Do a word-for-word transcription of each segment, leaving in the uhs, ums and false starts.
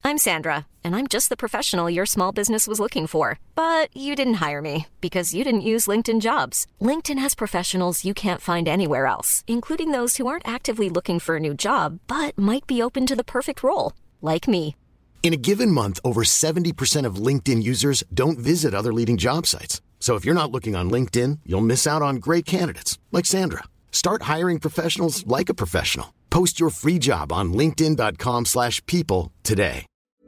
I'm Sandra, and I'm just the professional your small business was looking for. But you didn't hire me because you didn't use LinkedIn Jobs. LinkedIn has professionals you can't find anywhere else, including those who aren't actively looking for a new job, but might be open to the perfect role, like me. In a given month, over seventy percent of LinkedIn users don't visit other leading job sites. So if you're not looking on LinkedIn, you'll miss out on great candidates like Sandra. Start hiring professionals like a professional. Post your free job on linkedin.com slash people today.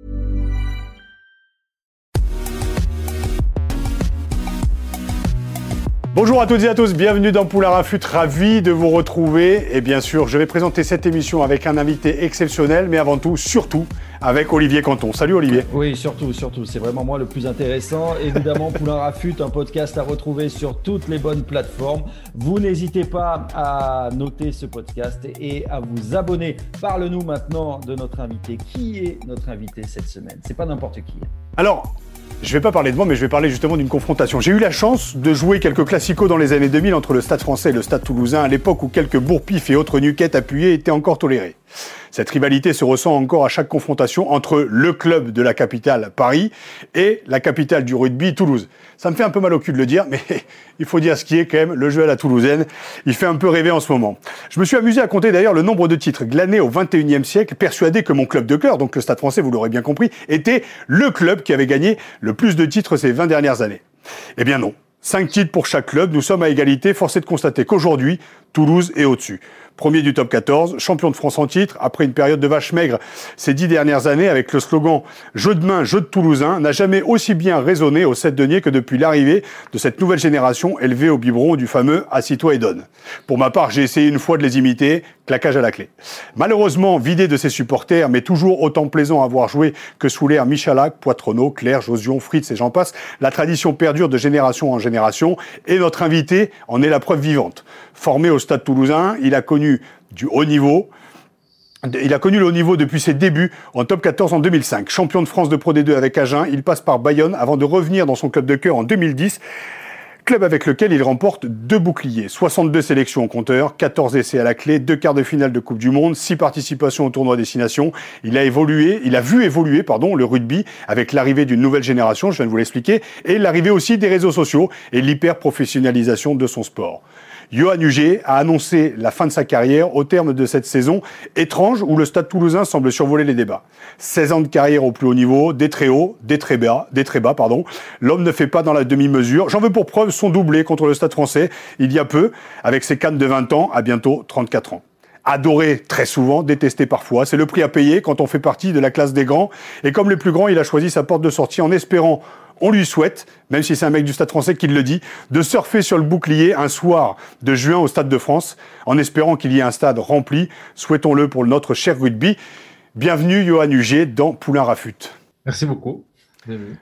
Bonjour à toutes et à tous, bienvenue dans Poulain Rafut, ravi de vous retrouver. Et bien sûr, je vais présenter cette émission avec un invité exceptionnel, mais avant tout, surtout, avec Olivier Canton. Salut Olivier. Oui, surtout, surtout, c'est vraiment moi le plus intéressant. Évidemment, Poulain Rafut, un podcast à retrouver sur toutes les bonnes plateformes. Vous n'hésitez pas à noter ce podcast et à vous abonner. Parle-nous maintenant de notre invité. Qui est notre invité cette semaine? C'est pas n'importe qui. Alors, je ne vais pas parler de moi, mais je vais parler justement d'une confrontation. J'ai eu la chance de jouer quelques classicos dans les années deux mille entre le Stade français et le Stade toulousain, à l'époque où quelques bourre-pifs et autres nuquettes appuyées étaient encore tolérés. Cette rivalité se ressent encore à chaque confrontation entre le club de la capitale, Paris, et la capitale du rugby, Toulouse. Ça me fait un peu mal au cul de le dire, mais il faut dire ce qui est quand même, le jeu à la toulousaine, il fait un peu rêver en ce moment. Je me suis amusé à compter d'ailleurs le nombre de titres glanés au vingt et unième siècle, persuadé que mon club de cœur, donc le Stade français, vous l'aurez bien compris, était le club qui avait gagné le plus de titres ces vingt dernières années. Eh bien non. Cinq titres pour chaque club, nous sommes à égalité, force est de constater qu'aujourd'hui, Toulouse est au-dessus. Premier du top quatorze, champion de France en titre, après une période de vache maigre ces dix dernières années, avec le slogan « Jeu de main, jeu de Toulousain », n'a jamais aussi bien résonné au sept deniers que depuis l'arrivée de cette nouvelle génération élevée au biberon du fameux « Assis-toi et donne ». Pour ma part, j'ai essayé une fois de les imiter, claquage à la clé. Malheureusement, vidé de ses supporters, mais toujours autant plaisant à voir jouer que sous l'ère Michalak, Poitronneau, Claire, Josion, Fritz et j'en passe, la tradition perdure de génération en génération, et notre invité en est la preuve vivante. Formé au Stade toulousain, il a connu du haut niveau. Il a connu le haut niveau depuis ses débuts en top quatorze en deux mille cinq. Champion de France de Pro D deux avec Agen, il passe par Bayonne avant de revenir dans son club de cœur en deux mille dix. Club avec lequel il remporte deux boucliers, soixante-deux sélections au compteur, quatorze essais à la clé, deux quarts de finale de Coupe du Monde, six participations au tournoi Destination. Il a évolué, il a vu évoluer, pardon, le rugby avec l'arrivée d'une nouvelle génération, je viens de vous l'expliquer, et l'arrivée aussi des réseaux sociaux et l'hyper-professionnalisation de son sport. Yoann Huget a annoncé la fin de sa carrière au terme de cette saison étrange où le Stade toulousain semble survoler les débats. seize ans de carrière au plus haut niveau, des très hauts, des très bas, des très bas, pardon. L'homme ne fait pas dans la demi-mesure. J'en veux pour preuve son doublé contre le Stade français il y a peu, avec ses cannes de vingt ans à bientôt trente-quatre ans. Adoré très souvent, détesté parfois. C'est le prix à payer quand on fait partie de la classe des grands. Et comme les plus grands, il a choisi sa porte de sortie en espérant, on lui souhaite, même si c'est un mec du Stade français qui le dit, de surfer sur le bouclier un soir de juin au Stade de France, en espérant qu'il y ait un stade rempli. Souhaitons-le pour notre cher rugby. Bienvenue, Yoann Huget, dans Poulain Rafut. Merci beaucoup. Bienvenue.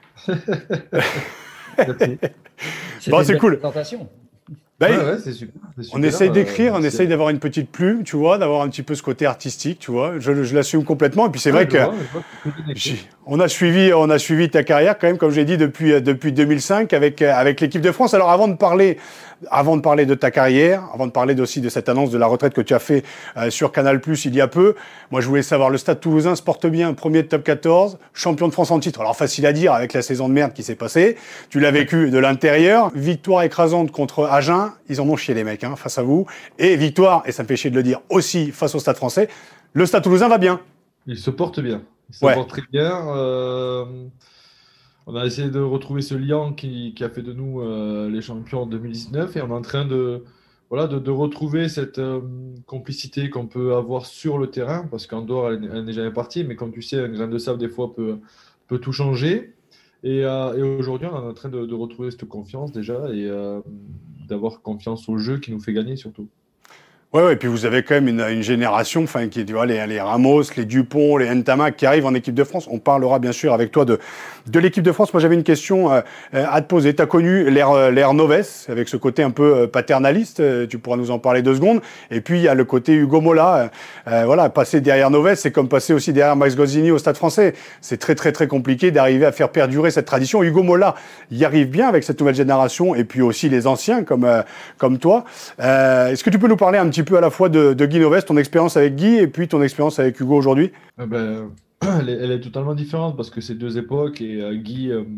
Bon, c'est cool. Ben, ouais, ouais, c'est super, c'est super. On essaye d'écrire, euh, on essaye d'avoir une petite plume, tu vois, d'avoir un petit peu ce côté artistique, tu vois. Je, je l'assume complètement. Et puis c'est ouais, vrai que vois, vois, on a suivi, on a suivi ta carrière quand même, comme j'ai dit depuis depuis deux mille cinq avec avec l'équipe de France. Alors avant de parler, avant de parler de ta carrière, avant de parler aussi de cette annonce de la retraite que tu as fait euh, sur Canal+ il y a peu, moi je voulais savoir, le Stade toulousain se porte bien, premier de top quatorze, champion de France en titre. Alors facile à dire avec la saison de merde qui s'est passée. Tu l'as vécu de l'intérieur. Victoire écrasante contre Agen. Ils en ont chié les mecs, hein, face à vous. Et victoire, et ça me fait chier de le dire aussi, face au Stade français. Le Stade toulousain va bien. Il se porte bien. Il se ouais. porte très bien. Euh, on a essayé de retrouver ce lien qui, qui a fait de nous euh, les champions en deux mille dix-neuf. Et on est en train de, voilà, de, de retrouver cette euh, complicité qu'on peut avoir sur le terrain. Parce qu'en dehors, elle, elle n'est jamais partie. Mais comme tu sais, un grain de sable, des fois, peut, peut tout changer. Et, euh, et aujourd'hui, on est en train de, de retrouver cette confiance déjà. Et euh, d'avoir confiance au jeu qui nous fait gagner surtout. Ouais, ouais, et puis vous avez quand même une, une génération, enfin, qui, tu vois, les, les Ramos, les Dupont, les Ntamak qui arrivent en équipe de France. On parlera bien sûr avec toi de, de l'équipe de France. Moi, j'avais une question euh, à te poser. Tu as connu l'ère, l'ère Noves, avec ce côté un peu paternaliste. Tu pourras nous en parler deux secondes. Et puis, il y a le côté Hugo Mola. Euh, voilà, passer derrière Noves, c'est comme passer aussi derrière Max Gozzini au Stade français. C'est très, très, très compliqué d'arriver à faire perdurer cette tradition. Hugo Mola y arrive bien avec cette nouvelle génération et puis aussi les anciens comme, euh, comme toi. Euh, est-ce que tu peux nous parler un petit petit peu à la fois de, de Guy Novès, ton expérience avec Guy et puis ton expérience avec Hugo aujourd'hui? Euh, ben, elle, est, elle est totalement différente parce que c'est deux époques et euh, Guy, euh,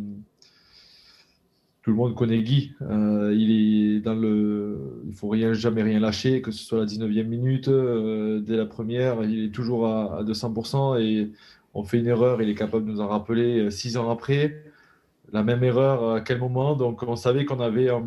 tout le monde connaît Guy. Euh, il est dans le, il faut rien, jamais rien lâcher, que ce soit la dix-neuvième minute, euh, dès la première, il est toujours à, à deux cents pour cent et on fait une erreur, il est capable de nous en rappeler euh, six ans après. La même erreur à quel moment? Donc on savait qu'on avait, euh,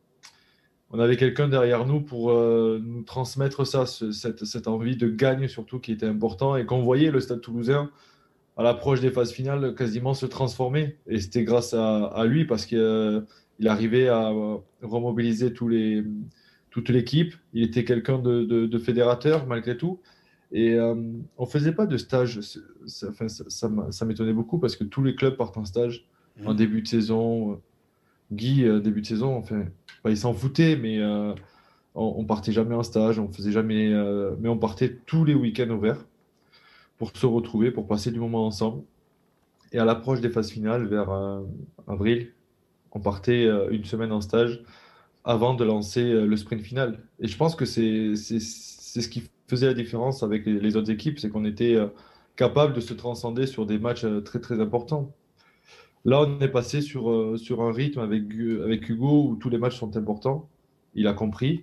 on avait quelqu'un derrière nous pour euh, nous transmettre ça, ce- cette, cette envie de gagne surtout qui était important et qu'on voyait le Stade Toulousain à l'approche des phases finales quasiment se transformer. Et c'était grâce à, à lui parce qu'il euh, il arrivait à euh, remobiliser tous les, toute l'équipe. Il était quelqu'un de, de- de fédérateur malgré tout. Et euh, on ne faisait pas de stage. C'est- ça, enfin, ça, ça m'a- ça m'étonnait beaucoup parce que tous les clubs partent en stage en début de saison. Guy, euh, début de saison, enfin, bah, il s'en foutait, mais euh, on, on partait jamais en stage, on faisait jamais, euh, mais on partait tous les week-ends au vert pour se retrouver, pour passer du moment ensemble. Et à l'approche des phases finales, vers euh, avril, on partait euh, une semaine en stage avant de lancer euh, le sprint final. Et je pense que c'est c'est c'est ce qui faisait la différence avec les, les autres équipes, c'est qu'on était euh, capable de se transcender sur des matchs euh, très très importants. Là, on est passé sur, euh, sur un rythme avec, Hu- avec Hugo où tous les matchs sont importants. Il a compris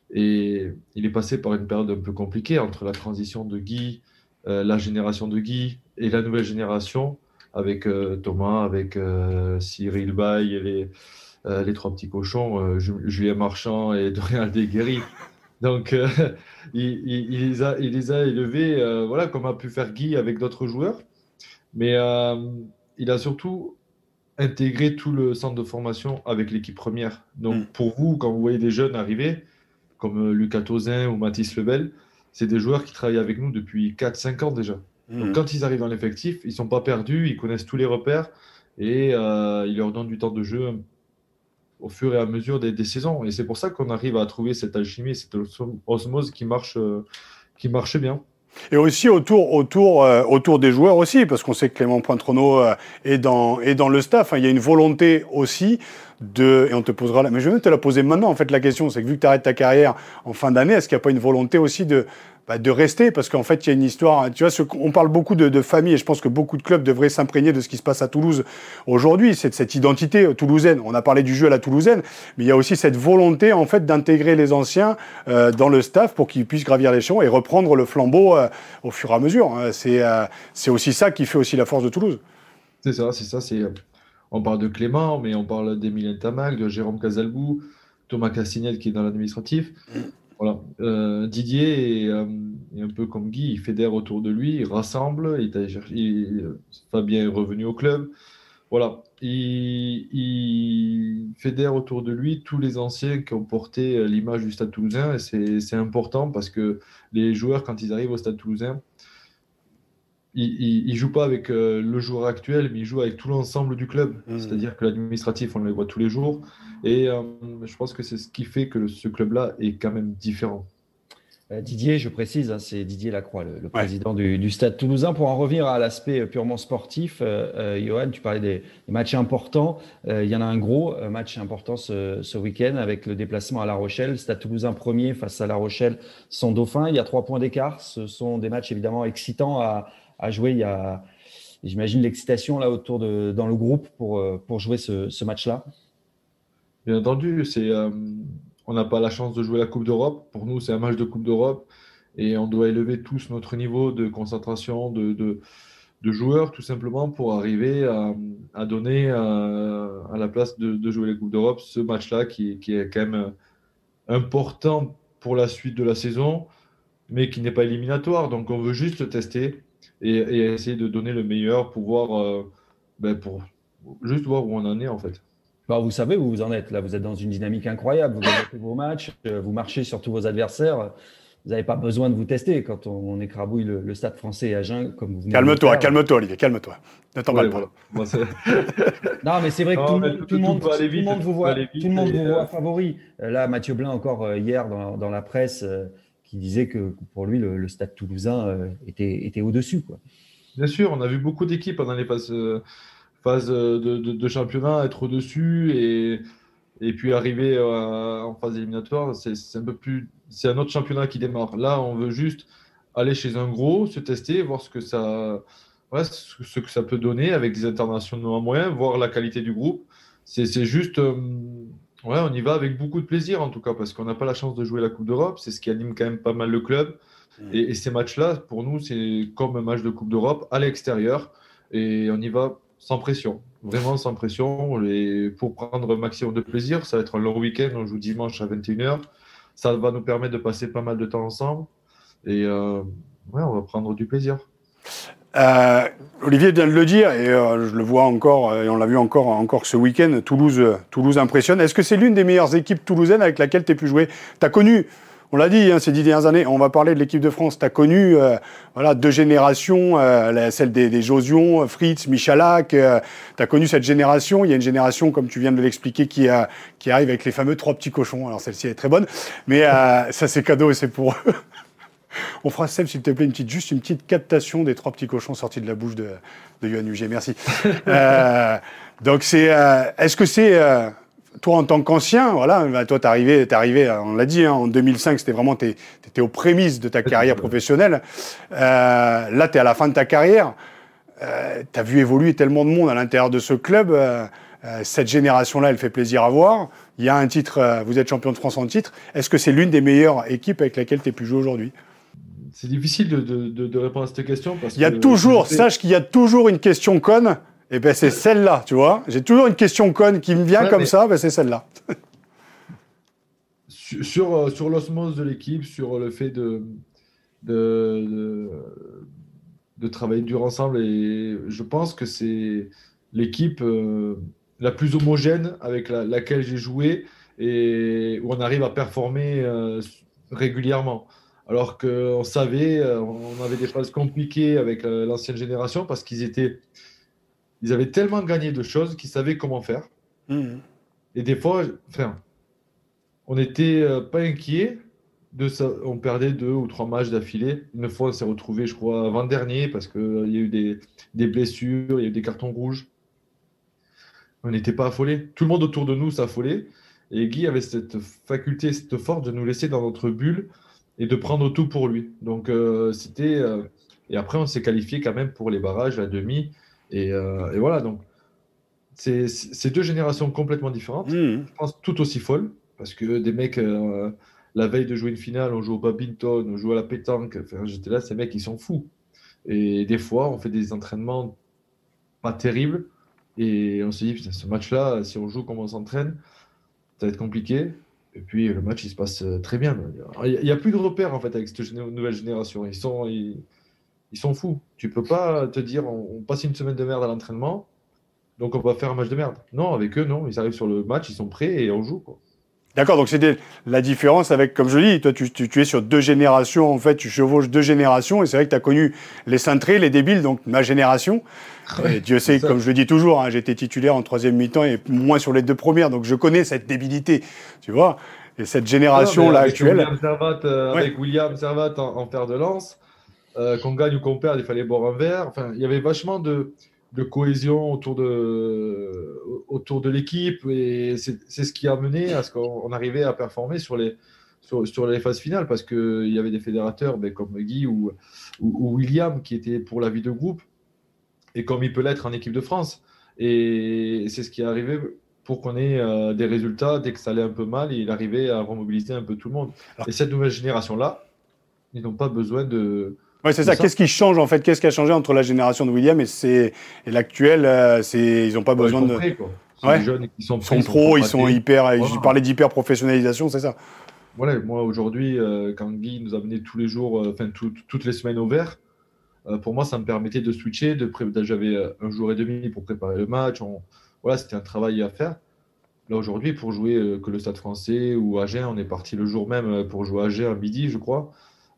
et il est passé par une période un peu compliquée entre la transition de Guy, euh, la génération de Guy et la nouvelle génération avec euh, Thomas, avec euh, Cyril Bay et les, euh, les trois petits cochons, euh, Ju- Julien Marchand et Dorian Aldeguerri. Donc, euh, il, il- il les a, il les a élevés, euh, voilà, comme a pu faire Guy avec d'autres joueurs. Mais euh, il a surtout intégrer tout le centre de formation avec l'équipe première. Mm. Donc, pour vous, quand vous voyez des jeunes arriver, comme euh, Lucas Tauzin ou Mathis Lebel, c'est des joueurs qui travaillent avec nous depuis quatre cinq ans déjà. Donc, Mm. quand ils arrivent dans l'effectif, ils ne sont pas perdus, ils connaissent tous les repères et euh, ils leur donnent du temps de jeu au fur et à mesure des, des saisons. Et c'est pour ça qu'on arrive à trouver cette alchimie, cette osmose qui marche, euh, qui marche bien. Et aussi autour, autour, euh, autour des joueurs aussi, parce qu'on sait que Clément Pointrenaud euh, est, dans, est dans le staff. Hein. Il y a une volonté aussi de... Et on te posera la... Mais je vais même te la poser maintenant, en fait, la question. C'est que vu que tu arrêtes ta carrière en fin d'année, est-ce qu'il n'y a pas une volonté aussi de, bah, de rester? Parce qu'en fait, il y a une histoire... Tu vois, ce... on parle beaucoup de, de famille, et je pense que beaucoup de clubs devraient s'imprégner de ce qui se passe à Toulouse aujourd'hui. C'est de cette identité toulousaine. On a parlé du jeu à la toulousaine, mais il y a aussi cette volonté, en fait, d'intégrer les anciens euh, dans le staff pour qu'ils puissent gravir l'échelon et reprendre le flambeau euh, au fur et à mesure. Hein. C'est, euh, c'est aussi ça qui fait aussi la force de Toulouse. C'est ça, c'est ça. C'est... On parle de Clément, mais on parle d'Emilien Tamac, de Jérôme Casalbou, Thomas Castignel qui est dans l'administratif. Voilà. Euh, Didier est, euh, est un peu comme Guy, il fédère autour de lui, il rassemble. Il, est allé chercher- il- Fabien est revenu au club. Voilà. Il, il fédère autour de lui tous les anciens qui ont porté l'image du Stade Toulousain. Et c'est, c'est important parce que les joueurs, quand ils arrivent au Stade Toulousain, ils ne jouent pas avec euh, le joueur actuel, mais ils jouent avec tout l'ensemble du club. Mmh. C'est-à-dire que l'administratif, on le voit tous les jours. Et euh, je pense que c'est ce qui fait que le- ce club-là est quand même différent. Euh, Didier, je précise, hein, c'est Didier Lacroix, le, le président ouais. du, du Stade Toulousain. Pour en revenir à l'aspect purement sportif, euh, euh, Johan, tu parlais des, des matchs importants. Euh, il y en a un gros euh, match important ce, ce week-end avec le déplacement à La Rochelle. Stade Toulousain premier face à La Rochelle, son dauphin. Il y a trois points d'écart. Ce sont des matchs évidemment excitants à, à jouer. Il y a, j'imagine, l'excitation là autour de dans le groupe pour pour jouer ce, ce match-là. Bien entendu, c'est euh, on n'a pas la chance de jouer la Coupe d'Europe. Pour nous, c'est un match de Coupe d'Europe et on doit élever tous notre niveau de concentration, de, de, de joueurs, tout simplement pour arriver à, à donner à, à la place de, de jouer la Coupe d'Europe ce match-là qui, qui est quand même important pour la suite de la saison, mais qui n'est pas éliminatoire. Donc, on veut juste tester et, et essayer de donner le meilleur pour voir, euh, ben pour juste voir où on en est en fait. Bah, vous savez où vous en êtes. Là, vous êtes dans une dynamique incroyable. Vous gagnez vos matchs, vous marchez sur tous vos adversaires. Vous n'avez pas besoin de vous tester quand on, on écrabouille le, le Stade Français à Agen, comme vous venez calme-toi, de le calme-toi, Olivier, calme-toi. Ne t'en ouais, pas. Voilà. Bon, non, mais c'est vrai que non, tout, tout, tout le monde, tout le monde vous voit, vite, tout le monde et, vous euh... voit favori. Là, Mathieu Blin encore euh, hier dans, dans la presse, euh, qui disait que pour lui le, le Stade Toulousain euh, était, était au-dessus, quoi. Bien sûr, on a vu beaucoup d'équipes pendant les phases, phases de, de, de championnat être au-dessus et Et puis arriver euh, en phase éliminatoire, c'est, c'est un peu plus, c'est un autre championnat qui démarre. Là, on veut juste aller chez un gros, se tester, voir ce que ça, ouais, ce, ce que ça peut donner avec des internationaux en moyen, voir la qualité du groupe. C'est, c'est juste, euh, ouais, on y va avec beaucoup de plaisir en tout cas, parce qu'on n'a pas la chance de jouer la Coupe d'Europe. C'est ce qui anime quand même pas mal le club. Et, et ces matchs-là, pour nous, c'est comme un match de Coupe d'Europe à l'extérieur. Et on y va sans pression, vraiment sans pression. Et pour prendre un maximum de plaisir, ça va être un long week-end. On joue dimanche à vingt et une heures. Ça va nous permettre de passer pas mal de temps ensemble. Et euh, ouais, on va prendre du plaisir. Euh, Olivier vient de le dire, et euh, je le vois encore, et on l'a vu encore, encore ce week-end, Toulouse, Toulouse impressionne. Est-ce que c'est l'une des meilleures équipes toulousaines avec laquelle tu as pu jouer ? Tu as connu, on l'a dit, hein, ces dix dernières années, on va parler de l'équipe de France, tu as connu euh, voilà, deux générations, euh, la, celle des, des Josion, Fritz, Michalak, euh, tu as connu cette génération. Il y a une génération, comme tu viens de l'expliquer, qui, a, qui arrive avec les fameux trois petits cochons. Alors celle-ci est très bonne, mais euh, ça c'est cadeau et c'est pour eux. On fera, Seb, s'il te plaît, une petite, juste une petite captation des trois petits cochons sortis de la bouche de, de Yoann Huget. Merci. euh, donc, c'est, euh, est-ce que c'est, euh, toi, en tant qu'ancien, voilà, bah, toi, t'es arrivé, t'es arrivé, on l'a dit, hein, en deux mille cinq, c'était vraiment, t'es, t'étais aux prémices de ta carrière professionnelle. Euh, là, t'es à la fin de ta carrière. Euh, t'as vu évoluer tellement de monde à l'intérieur de ce club. Euh, euh, cette génération-là, elle fait plaisir à voir. Il y a un titre, euh, vous êtes champion de France en titre. Est-ce que c'est l'une des meilleures équipes avec laquelle t'es pu jouer aujourd'hui ? C'est difficile de, de, de, de répondre à cette question. Parce il y a que, toujours, sais... sache qu'il y a toujours une question conne, et ben c'est celle-là, tu vois. J'ai toujours une question conne qui me vient ouais, comme mais... ça, ben c'est celle-là. sur, sur, sur l'osmose de l'équipe, sur le fait de, de, de, de travailler dur ensemble, et je pense que c'est l'équipe euh, la plus homogène avec la, laquelle j'ai joué et où on arrive à performer euh, régulièrement. Alors qu'on savait, on avait des phases compliquées avec l'ancienne génération parce qu'ils étaient, ils avaient tellement gagné de choses qu'ils savaient comment faire. Mmh. Et des fois, enfin, on n'était pas inquiet de ça. On perdait deux ou trois matchs d'affilée. Une fois, on s'est retrouvé, je crois, avant-dernier parce qu'il y a eu des, des blessures, il y a eu des cartons rouges. On n'était pas affolés. Tout le monde autour de nous s'affolait. Et Guy avait cette faculté, cette force de nous laisser dans notre bulle et de prendre tout pour lui. Donc, euh, c'était... Euh... Et après, on s'est qualifié quand même pour les barrages, la demi. Et, euh, et voilà, donc, c'est, c'est deux générations complètement différentes. Mmh. Je pense tout aussi folles, parce que des mecs, euh, la veille de jouer une finale, on joue au badminton, on joue à la pétanque. Enfin, j'étais là, ces mecs, ils sont fous. Et des fois, on fait des entraînements pas terribles. Et on se dit, putain, ce match-là, si on joue comme on s'entraîne, ça va être compliqué. Et puis le match, il se passe très bien. Il n'y a plus de repères en fait avec cette nouvelle génération. Ils sont, ils, ils sont fous. Tu peux pas te dire, on, on passe une semaine de merde à l'entraînement, donc on va faire un match de merde. Non, avec eux, non. Ils arrivent sur le match, ils sont prêts et on joue, quoi. D'accord, donc c'était la différence avec, comme je dis, toi tu, tu, tu es sur deux générations, en fait, tu chevauches deux générations, et c'est vrai que tu as connu les cintrés, les débiles, donc ma génération. Ouais, et Dieu sait, comme je le dis toujours, hein, j'étais titulaire en troisième mi-temps et moins sur les deux premières, donc je connais cette débilité, tu vois. Et cette génération-là actuelle. William Servat, euh, ouais. Avec William Servat en, en fer de lance, euh, qu'on gagne ou qu'on perde, il fallait boire un verre. Enfin, il y avait vachement de, de cohésion autour de, autour de l'équipe, et c'est, c'est ce qui a mené à ce qu'on arrivait à performer sur les, sur, sur les phases finales, parce qu'il y avait des fédérateurs ben, comme Guy ou, ou, ou William qui étaient pour la vie de groupe, et comme il peut l'être en équipe de France. Et c'est ce qui est arrivé pour qu'on ait euh, des résultats dès que ça allait un peu mal, et il arrivait à remobiliser un peu tout le monde. Alors, et cette nouvelle génération-là, ils n'ont pas besoin de... Oui, c'est ça. ça. Qu'est-ce qui change en fait ? Qu'est-ce qui a changé entre la génération de William et, c'est, et l'actuelle euh, c'est, ils n'ont pas ouais, besoin ils de... Prêts, quoi. Ils sont ouais. jeunes, ils sont, prêts, ils sont pros, ils sont, ils sont hyper... Voilà. Je parlais d'hyper-professionnalisation, c'est ça. Voilà, moi aujourd'hui, euh, quand Guy nous amenait tous les jours, enfin euh, tout, toutes les semaines au vert, euh, pour moi, ça me permettait de switcher. De pré... J'avais un jour et demi pour préparer le match. On... Voilà, c'était un travail à faire. Là, aujourd'hui, pour jouer euh, que le Stade Français ou Agen, on est parti le jour même pour jouer à Agen à midi, je crois.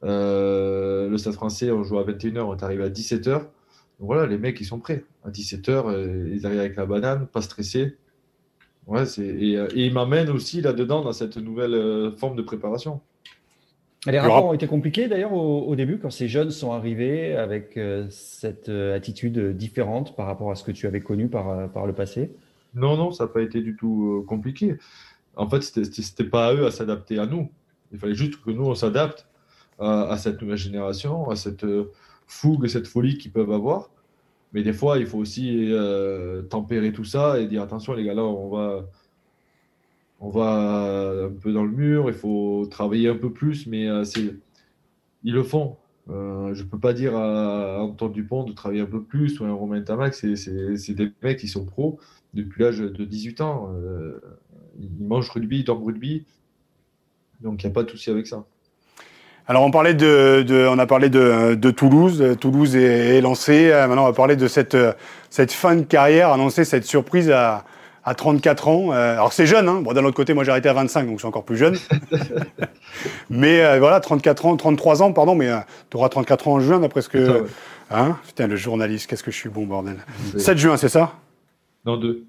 Euh, le Stade Français, on joue à vingt et une heures, on est arrivé à dix-sept heures. Donc voilà, les mecs, ils sont prêts. À dix-sept heures, euh, ils arrivent avec la banane, pas stressés. Ouais, c'est... Et, euh, et ils m'amènent aussi là-dedans dans cette nouvelle euh, forme de préparation. Les rapports ont été compliqués d'ailleurs au, au début quand ces jeunes sont arrivés avec euh, cette euh, attitude différente par rapport à ce que tu avais connu par, euh, par le passé. Non, non, ça n'a pas été du tout euh, compliqué. En fait, c'était, c'était, c'était pas à eux à s'adapter à nous. Il fallait juste que nous, on s'adapte à, à cette nouvelle génération, à cette euh, fougue, cette folie qu'ils peuvent avoir. Mais des fois, il faut aussi euh, tempérer tout ça et dire attention, les gars, là, on va, on va un peu dans le mur, il faut travailler un peu plus, mais euh, c'est, ils le font. Euh, je peux pas dire à Antoine Dupont de travailler un peu plus ou à un Romain Tamac, c'est, c'est, c'est des mecs qui sont pros depuis l'âge de dix-huit ans. Euh, ils mangent rugby, ils dorment rugby, donc il n'y a pas de souci avec ça. Alors on parlait de, de on a parlé de, de Toulouse. Toulouse est, est lancé. Maintenant on va parler de cette cette fin de carrière annoncée, cette surprise à à trente-quatre ans. Alors c'est jeune, hein. Bon, d'un autre côté, moi j'ai arrêté à vingt-cinq, donc je suis encore plus jeune. mais euh, voilà, trente-quatre ans, trente-trois ans, pardon, mais euh, tu auras trente-quatre ans en juin, d'après ce que. Ça, ouais. Hein, putain, le journaliste, qu'est-ce que je suis bon, bordel. C'est... sept juin, c'est ça? Non, deux.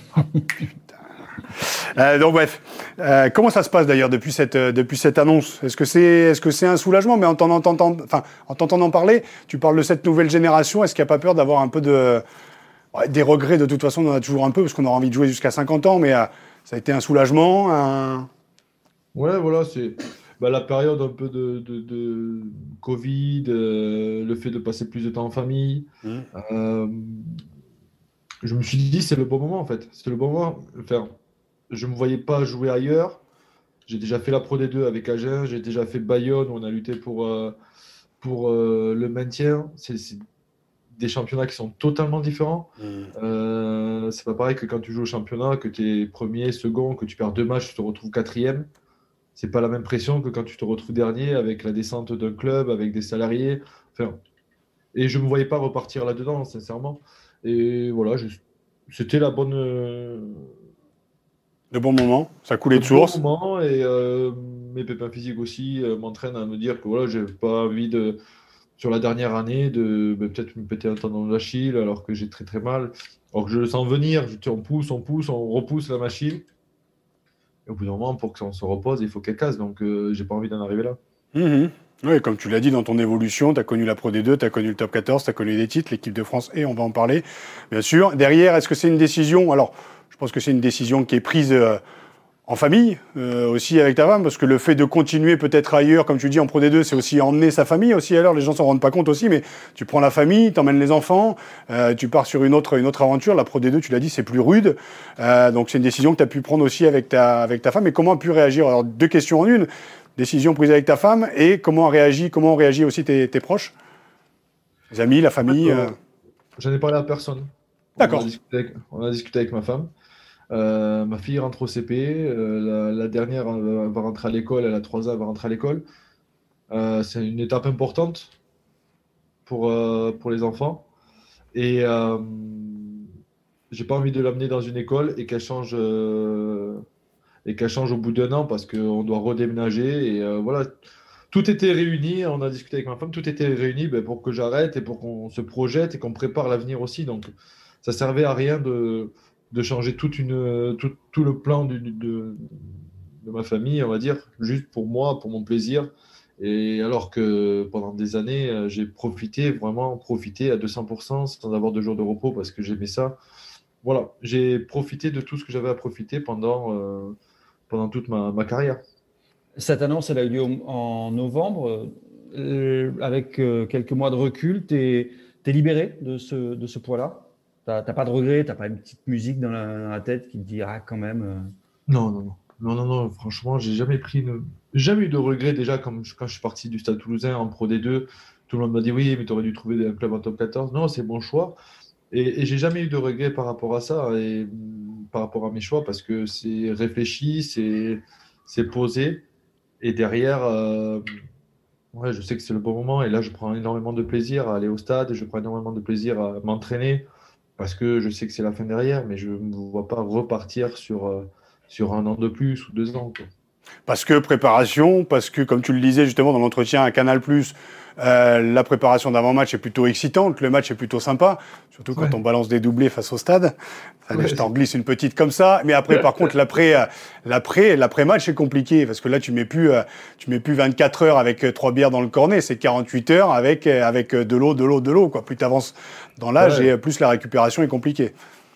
Euh, donc bref, euh, comment ça se passe d'ailleurs depuis cette euh, depuis cette annonce? Est-ce que c'est est-ce que c'est un soulagement? Mais en t'entendant enfin en t'entendant parler, tu parles de cette nouvelle génération. Est-ce qu'il n'y a pas peur d'avoir un peu de ouais, des regrets? De toute façon, on en a toujours un peu parce qu'on aura envie de jouer jusqu'à cinquante ans. Mais euh, ça a été un soulagement. Un... Ouais, voilà, c'est bah, la période un peu de, de, de Covid, euh, le fait de passer plus de temps en famille. Mmh. Euh, je me suis dit c'est le bon moment en fait. C'est le bon moment. Enfin, je ne me voyais pas jouer ailleurs. J'ai déjà fait la Pro D deux avec Agen, j'ai déjà fait Bayonne où on a lutté pour, euh, pour euh, le maintien. C'est, c'est des championnats qui sont totalement différents. Mmh. Euh, c'est pas pareil que quand tu joues au championnat, que tu es premier, second, que tu perds deux matchs, tu te retrouves quatrième. C'est pas la même pression que quand tu te retrouves dernier avec la descente d'un club, avec des salariés. Enfin, et je ne me voyais pas repartir là-dedans, sincèrement. Et voilà, je, c'était la bonne... Euh, Le bon moment, ça coulait de source. Le bon moment, et euh, mes pépins physiques aussi euh, m'entraînent à me dire que voilà, j'ai pas envie de, sur la dernière année, de bah, peut-être me péter un tendon d'Achille alors que j'ai très très mal. Alors que je le sens venir, je, on pousse, on pousse, on repousse la machine. Et au bout d'un moment, pour que ça se repose, il faut qu'elle casse. Donc, euh, j'ai pas envie d'en arriver là. Mmh. Oui, comme tu l'as dit, dans ton évolution, tu as connu la Pro D deux, tu as connu le Top quatorze, tu as connu des titres, l'équipe de France, et on va en parler, bien sûr. Derrière, est-ce que c'est une décision... Alors, je pense que c'est une décision qui est prise euh, en famille, euh, aussi avec ta femme, parce que le fait de continuer peut-être ailleurs, comme tu dis, en Pro D deux, c'est aussi emmener sa famille aussi. Alors, les gens s'en rendent pas compte aussi, mais tu prends la famille, t'emmènes les enfants, euh, tu pars sur une autre, une autre aventure. La Pro D deux, tu l'as dit, c'est plus rude. Euh, donc, c'est une décision que tu as pu prendre aussi avec ta, avec ta femme. Et comment a pu réagir? Alors, deux questions en une. Décision prise avec ta femme, et comment a réagi, comment ont réagi aussi tes, tes proches, les amis, la famille. Euh, j'en ai parlé à personne. D'accord. On a discuté avec, on a discuté avec ma femme. Euh, ma fille rentre au C P. Euh, la, la dernière euh, va rentrer à l'école. Elle a trois ans, elle va rentrer à l'école. Euh, c'est une étape importante pour, euh, pour les enfants. Et euh, j'ai pas envie de l'amener dans une école et qu'elle change. Euh, et qu'elle change au bout d'un an parce qu'on doit redéménager. Et euh, voilà, tout était réuni, on a discuté avec ma femme, tout était réuni ben, pour que j'arrête et pour qu'on se projette et qu'on prépare l'avenir aussi. Donc, ça servait à rien de, de changer toute une, tout, tout le plan du, de, de ma famille, on va dire, juste pour moi, pour mon plaisir. Et alors que pendant des années, j'ai profité, vraiment profité à deux cents pour cent sans avoir de jours de repos parce que j'aimais ça. Voilà, j'ai profité de tout ce que j'avais à profiter pendant... Euh, pendant toute ma, ma carrière. Cette annonce, elle a eu lieu en novembre. Euh, avec euh, quelques mois de recul, tu es libéré de ce, de ce poids-là? Tu n'as pas de regret? Tu n'as pas une petite musique dans la, dans la tête qui te dit « Ah, quand même euh... ». Non, non, non. Non, non, non. Franchement, j'ai jamais pris une... jamais eu de regret. Déjà, comme je, quand je suis parti du Stade Toulousain en Pro D deux, tout le monde m'a dit « Oui, mais tu aurais dû trouver un club en Top quatorze ». Non, c'est mon choix. Et, et j'ai jamais eu de regret par rapport à ça et par rapport à mes choix parce que c'est réfléchi, c'est, c'est posé. Et derrière, euh, ouais, je sais que c'est le bon moment. Et là, je prends énormément de plaisir à aller au stade. Je prends énormément de plaisir à m'entraîner parce que je sais que c'est la fin derrière, mais je ne me vois pas repartir sur, euh, sur un an de plus ou deux ans, quoi. Parce que préparation, parce que, comme tu le disais justement dans l'entretien à Canal plus, euh, la préparation d'avant-match est plutôt excitante, le match est plutôt sympa, surtout quand ouais. on balance des doublés face au stade. Allez, ouais, je t'en glisse une petite comme ça. Mais après, par contre, l'après, euh, l'après, l'après-match est compliqué parce que là, tu mets plus, euh, tu mets plus vingt-quatre heures avec euh, trois bières dans le cornet, c'est quarante-huit heures avec, euh, avec de l'eau, de l'eau, de l'eau, quoi. Plus tu avances dans l'âge ouais. et plus la récupération est compliquée.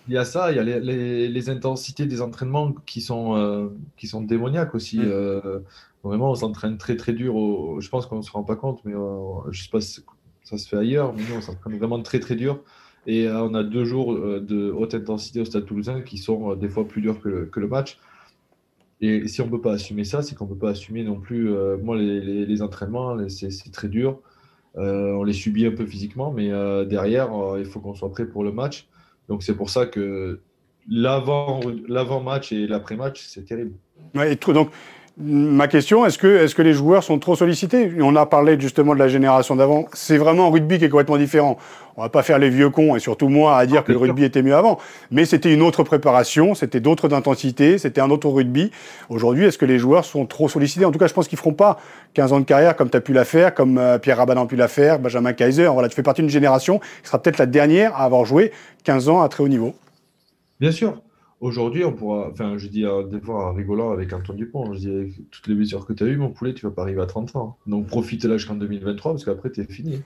Il y a ça, il y a les, les- les intensités des entraînements qui sont, euh, qui sont démoniaques aussi. Mm. Euh, vraiment, on s'entraîne très très dur. au- Je pense qu'on ne se rend pas compte, mais euh, je sais pas si ça se fait ailleurs, mais nous, on s'entraîne vraiment très très dur. Et euh, on a deux jours euh, de haute intensité au Stade Toulousain qui sont euh, des fois plus durs que le, que le match. Et si on ne peut pas assumer ça, c'est qu'on ne peut pas assumer non plus. Euh, moi, les, les- les entraînements, les- c'est c'est très dur. Euh, on les subit un peu physiquement, mais euh, derrière, euh, il faut qu'on soit prêt pour le match. Donc c'est pour ça que l'avant, l'avant-match et l'après-match, c'est terrible. Ouais, et tout- donc, ma question, est-ce que, est-ce que les joueurs sont trop sollicités? On a parlé justement de la génération d'avant. C'est vraiment un rugby qui est complètement différent. On va pas faire les vieux cons, et surtout moi, à dire Ah, que le bien sûr. rugby était mieux avant. Mais c'était une autre préparation, c'était d'autres intensités, c'était un autre rugby. Aujourd'hui, est-ce que les joueurs sont trop sollicités? En tout cas, je pense qu'ils feront pas quinze ans de carrière comme tu as pu la faire, comme euh, Pierre Rabadan a pu la faire, Benjamin Kaiser. Voilà, tu fais partie d'une génération qui sera peut-être la dernière à avoir joué quinze ans à très haut niveau. Bien sûr. Aujourd'hui, on pourra. Enfin, je dis euh, des fois en rigolant avec Antoine Dupont, je dis avec toutes les blessures que tu as eues, mon poulet, tu vas pas arriver à trente ans. Donc profite là jusqu'en deux mille vingt-trois parce qu'après, tu es fini.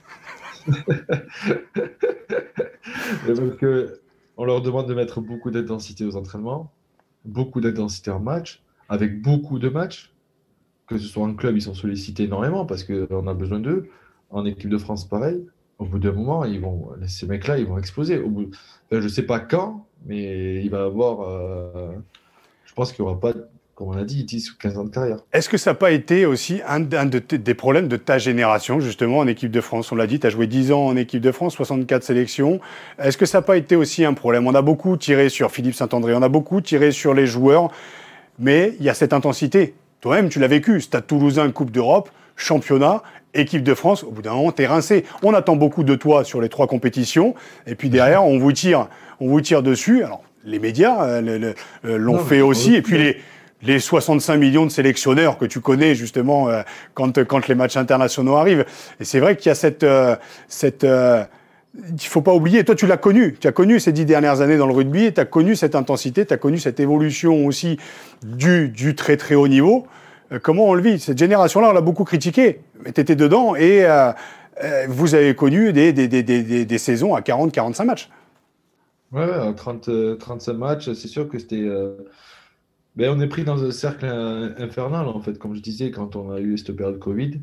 Et parce que on leur demande de mettre beaucoup d'intensité aux entraînements, beaucoup d'intensité en match, avec beaucoup de matchs. Que ce soit en club, ils sont sollicités énormément parce qu'on a besoin d'eux. En équipe de France, pareil. Au bout d'un moment, ils vont, ces mecs-là, ils vont exploser. Au bout, enfin, je ne sais pas quand, mais il va y avoir. euh, je pense qu'il n'y aura pas, comme on a dit, dix ou quinze ans de carrière. Est-ce que ça n'a pas été aussi un, un de t- des problèmes de ta génération, justement, en équipe de France? On l'a dit, tu as joué dix ans en équipe de France, soixante-quatre sélections. Est-ce que ça n'a pas été aussi un problème? On a beaucoup tiré sur Philippe Saint-André, on a beaucoup tiré sur les joueurs, mais il y a cette intensité. Toi-même, tu l'as vécu. Stade Toulousain, Coupe d'Europe, championnat, équipe de France. Au bout d'un moment, t'es rincé. On attend beaucoup de toi sur les trois compétitions. Et puis derrière, on vous tire, on vous tire dessus. Alors, les médias euh, le- le- euh, l'ont Non, fait mais- aussi. Et puis les, les soixante-cinq millions de sélectionneurs que tu connais justement euh, quand, quand les matchs internationaux arrivent. Et c'est vrai qu'il y a cette... euh, cette euh, il faut pas oublier, toi tu l'as connu, tu as connu ces dix dernières années dans le rugby, tu as connu cette intensité, tu as connu cette évolution aussi du, du très très haut niveau. Euh, comment on le vit? Cette génération-là, on l'a beaucoup critiquée, mais tu étais dedans et euh, euh, vous avez connu des, des, des, des, des saisons à quarante à quarante-cinq matchs. Ouais, ouais, trente, euh, trente-cinq matchs, c'est sûr que c'était. euh, Ben, on est pris dans un cercle euh, infernal, en fait, comme je disais, quand on a eu cette période Covid.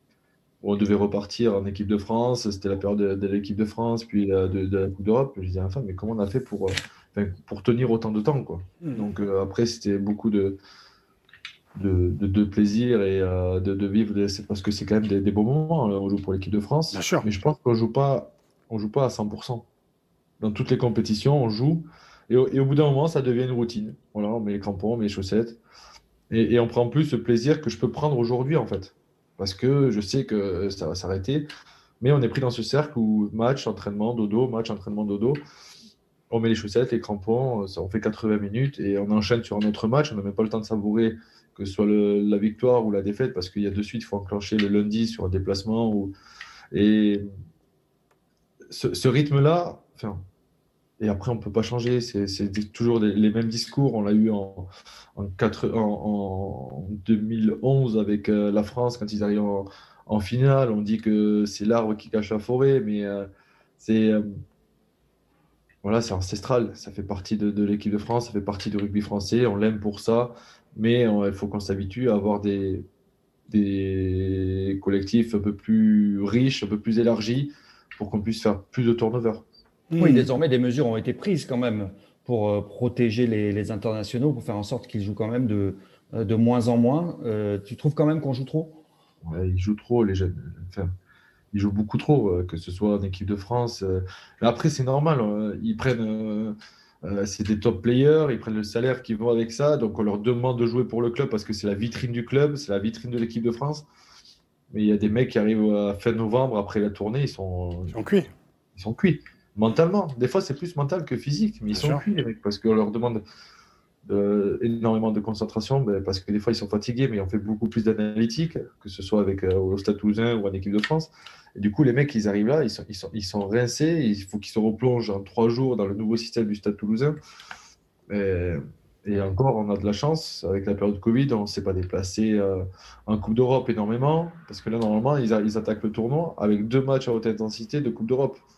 On devait repartir en équipe de France, c'était la période de, de l'équipe de France, puis euh, de, de la Coupe d'Europe. Je disais, enfin, mais comment on a fait pour, euh, enfin, pour tenir autant de temps, quoi. Mmh. Donc euh, après, c'était beaucoup de, de, de, de plaisir et euh, de, de vivre, des- c'est parce que c'est quand même des, des beaux moments. Là, on joue pour l'équipe de France, Bien sûr. mais je pense qu'on joue pas, on joue pas à cent pour cent. Dans toutes les compétitions, on joue, et au, et au bout d'un moment, ça devient une routine. Voilà, on met les crampons, on met les chaussettes, et, et on prend plus ce plaisir que je peux prendre aujourd'hui, en fait. Parce que je sais que ça va s'arrêter. Mais on est pris dans ce cercle où match, entraînement, dodo, match, entraînement, dodo. On met les chaussettes, les crampons, ça, on fait quatre-vingts minutes et on enchaîne sur un autre match. On n'a même pas le temps de savourer que ce soit le- la victoire ou la défaite parce qu'il y a de suite, il faut enclencher le lundi sur un déplacement. Ou... Et ce, ce rythme-là, enfin, et après, on ne peut pas changer. C'est c'est toujours les, les mêmes discours. On l'a eu en, en, quatre- en- en deux mille onze avec euh, la France quand ils arrivent en, en finale. On dit que c'est l'arbre qui cache la forêt, mais euh, c'est euh, voilà, c'est ancestral. Ça fait partie de, de l'équipe de France, ça fait partie du rugby français. On l'aime pour ça, mais on- il faut qu'on s'habitue à avoir des, des collectifs un peu plus riches, un peu plus élargis pour qu'on puisse faire plus de turnover. Oui, Mmh. désormais, des mesures ont été prises quand même pour euh, protéger les, les internationaux, pour faire en sorte qu'ils jouent quand même de, euh, de moins en moins. Euh, tu trouves quand même qu'on joue trop? Ouais, ils jouent trop, les jeunes. Enfin, ils jouent beaucoup trop, euh, que ce soit en équipe de France. euh. Mais après, c'est normal. euh, Ils prennent, euh, euh, c'est des top players, ils prennent le salaire qui va avec ça. Donc, on leur demande de jouer pour le club parce que c'est la vitrine du club, c'est la vitrine de l'équipe de France. Mais il y a des mecs qui arrivent à fin novembre, après la tournée, ils sont, Ils sont cuits. ils sont cuits. Mentalement. Des fois, c'est plus mental que physique, mais ils Bien sont sûr. cuits, les mecs, parce qu'on leur demande de- énormément de concentration, ben, parce que des fois, ils sont fatigués, mais on fait beaucoup plus d'analytique, que ce soit avec, euh, au Stade Toulousain ou en équipe de France. Et du coup, les mecs, ils arrivent là, ils sont, ils sont, ils sont rincés, il faut qu'ils se replongent en trois jours dans le nouveau système du Stade Toulousain. Et, et encore, on a de la chance, avec la période Covid, on ne s'est pas déplacé euh, en Coupe d'Europe énormément, parce que là, normalement, ils, a- ils attaquent le tournoi avec deux matchs à haute intensité de Coupe d'Europe.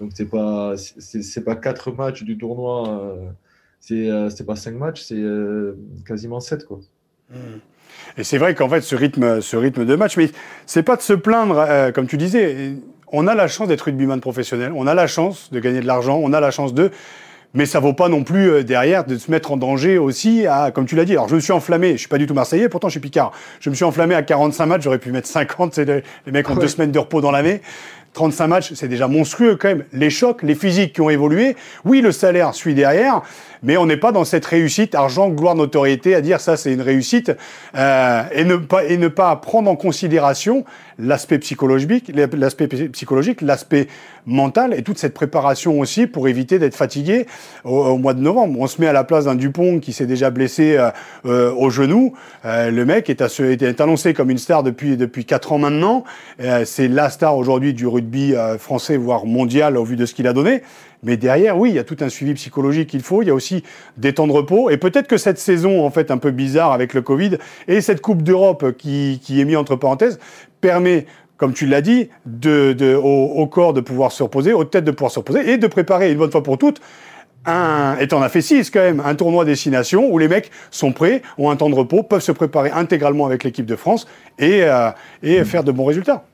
Donc, c'est pas, c'est, c'est pas quatre matchs du tournoi, euh, c'est, euh, c'est pas cinq matchs, c'est euh, quasiment sept, quoi. Mmh. Et c'est vrai qu'en fait, ce rythme, ce rythme de match, mais c'est pas de se plaindre, euh, comme tu disais, on a la chance d'être rugbyman professionnel, on a la chance de gagner de l'argent, on a la chance de... Mais ça vaut pas non plus euh, derrière de se mettre en danger aussi à, comme tu l'as dit. Alors je me suis enflammé, je suis pas du tout marseillais, pourtant je suis picard. Je me suis enflammé à quarante-cinq matchs, j'aurais pu mettre cinquante, c'est les, les mecs ont ouais. deux semaines de repos dans l'année. trente-cinq matchs, c'est déjà monstrueux quand même. Les chocs, les physiques qui ont évolué. Oui, le salaire suit derrière, mais on n'est pas dans cette réussite, argent, gloire, notoriété, à dire ça c'est une réussite, euh, et ne pas et ne pas prendre en considération l'aspect psychologique, l'aspect psychologique, l'aspect mental et toute cette préparation aussi pour éviter d'être fatigué au, au mois de novembre. On se met à la place d'un Dupont qui s'est déjà blessé euh, euh, au genou. Euh, le mec est, à ce, est annoncé comme une star depuis depuis quatre ans maintenant. Euh, c'est la star aujourd'hui du rugby euh, français, voire mondial au vu de ce qu'il a donné. Mais derrière, oui, il y a tout un suivi psychologique qu'il faut. Il y a aussi des temps de repos. Et peut-être que cette saison, en fait, un peu bizarre avec le Covid et cette Coupe d'Europe qui, qui est mise entre parenthèses, permet, comme tu l'as dit, de, de, au, au corps de pouvoir se reposer, aux têtes de pouvoir se reposer et de préparer une bonne fois pour toutes un, et t'en as fait six quand même, un tournoi destination où les mecs sont prêts, ont un temps de repos, peuvent se préparer intégralement avec l'équipe de France et, euh, et mmh. faire de bons résultats.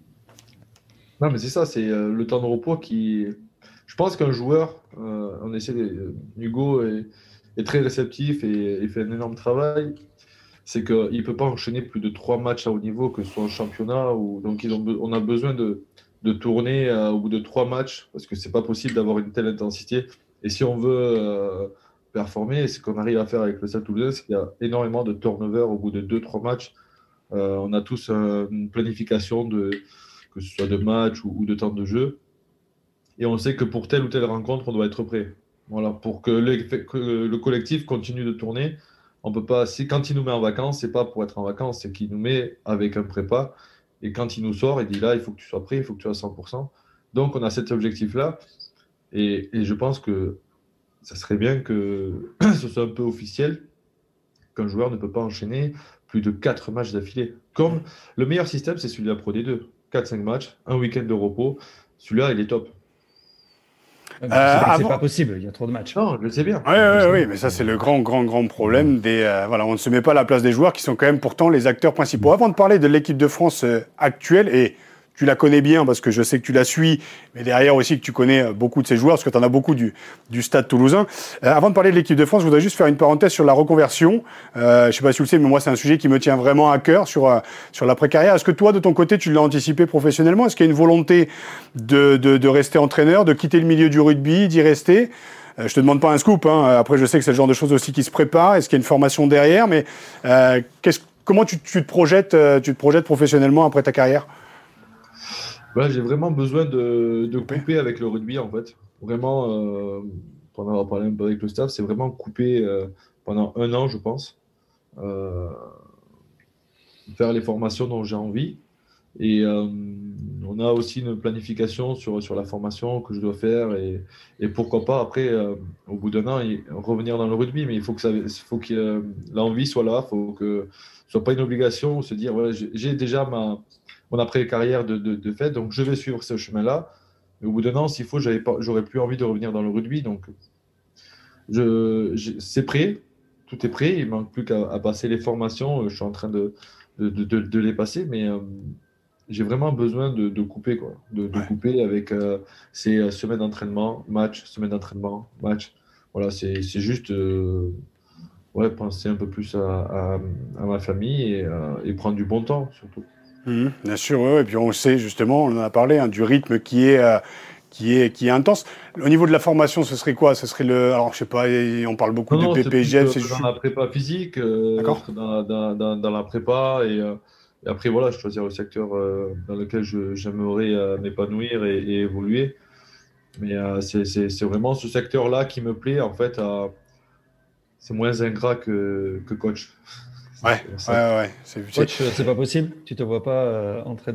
Non, mais c'est ça, c'est euh, le temps de repos qui... Je pense qu'un joueur, euh, on essaie de, Hugo est, est très réceptif et, et fait un énorme travail. C'est qu'il ne peut pas enchaîner plus de trois matchs à haut niveau, que ce soit en championnat. Ou, donc, ils ont, on a besoin de, de tourner euh, au bout de trois matchs, parce que ce n'est pas possible d'avoir une telle intensité. Et si on veut euh, performer, ce qu'on arrive à faire avec le Stade Toulousain, c'est qu'il y a énormément de turnover au bout de deux trois matchs. Euh, on a tous euh, une planification, de, que ce soit de match ou, ou de temps de jeu. Et on sait que pour telle ou telle rencontre, on doit être prêt. Voilà, pour que le, que le collectif continue de tourner. On peut pas, si, quand il nous met en vacances, c'est pas pour être en vacances, c'est qu'il nous met avec un prépa. Et quand il nous sort, il dit là, il faut que tu sois prêt, il faut que tu sois à cent pour cent. Donc, on a cet objectif-là. Et, et je pense que ça serait bien que ce soit un peu officiel, qu'un joueur ne peut pas enchaîner plus de quatre matchs d'affilée. Comme le meilleur système, c'est celui de la Pro D deux. quatre cinq matchs, un week-end de repos. Celui-là, il est top. Euh, c'est, euh, pas, c'est pas possible, il y a trop de matchs. Non, je le sais bien. Oui, oui, oui, mais ça, c'est le grand, grand, grand problème. Des, euh, voilà, on ne se met pas à la place des joueurs qui sont quand même pourtant les acteurs principaux. Avant de parler de l'équipe de France euh, actuelle, et tu la connais bien parce que je sais que tu la suis, mais derrière aussi que tu connais beaucoup de ces joueurs, parce que tu en as beaucoup du, du Stade Toulousain. Euh, avant de parler de l'équipe de France, je voudrais juste faire une parenthèse sur la reconversion. Euh, je ne sais pas si tu le sais, mais moi, c'est un sujet qui me tient vraiment à cœur sur, euh, sur l'après-carrière. Est-ce que toi, de ton côté, tu l'as anticipé professionnellement ? Est-ce qu'il y a une volonté de, de, de rester entraîneur, de quitter le milieu du rugby, d'y rester ? Euh, je te demande pas un scoop, hein. Après, je sais que c'est le genre de choses aussi qui se prépare. Est-ce qu'il y a une formation derrière ? Mais euh, qu'est-ce, comment tu, tu, te projettes, euh, tu te projettes professionnellement après ta carrière ? Voilà, j'ai vraiment besoin de, de couper avec le rugby, en fait. Vraiment, euh, pour en avoir parlé un peu avec le staff, c'est vraiment couper euh, pendant un an, je pense. Euh, faire les formations dont j'ai envie. Et euh, on a aussi une planification sur, sur la formation que je dois faire. Et, et pourquoi pas, après, euh, au bout d'un an, revenir dans le rugby. Mais il faut que, ça, faut que euh, l'envie soit là. Il faut que ce soit pas une obligation. Se dire, voilà, j'ai, j'ai déjà ma... mon après-carrière de, de, de fait, donc je vais suivre ce chemin-là. Et au bout d'un an, s'il faut, j'avais pas, j'aurais plus envie de revenir dans le rugby. Donc, je, je, c'est prêt, tout est prêt. Il ne manque plus qu'à à passer les formations. Je suis en train de, de, de, de, de les passer, mais euh, j'ai vraiment besoin de, de couper, quoi. De, de ouais. couper avec euh, ces euh, semaines d'entraînement, match, semaine d'entraînement, match. Voilà, c'est, c'est juste euh, ouais, penser un peu plus à, à, à ma famille et, euh, et prendre du bon temps, surtout. Mmh, bien sûr, oui, ouais. Et puis on sait justement, on en a parlé, hein, du rythme qui est, euh, qui est, qui est intense. Au niveau de la formation, ce serait quoi ? Ce serait le, alors je sais pas, on parle beaucoup non, de non, P P G F. C'est, c'est dans la prépa physique, euh, dans, dans, dans, dans la prépa, et, euh, et après voilà, je choisir le secteur euh, dans lequel je, j'aimerais euh, m'épanouir et, et évoluer. Mais euh, c'est, c'est, c'est vraiment ce secteur-là qui me plaît. En fait, euh, c'est moins ingrat que, que coach. Ouais, ouais, ouais. C'est, coach, c'est... c'est pas possible. Tu te vois pas euh, entraîneur ?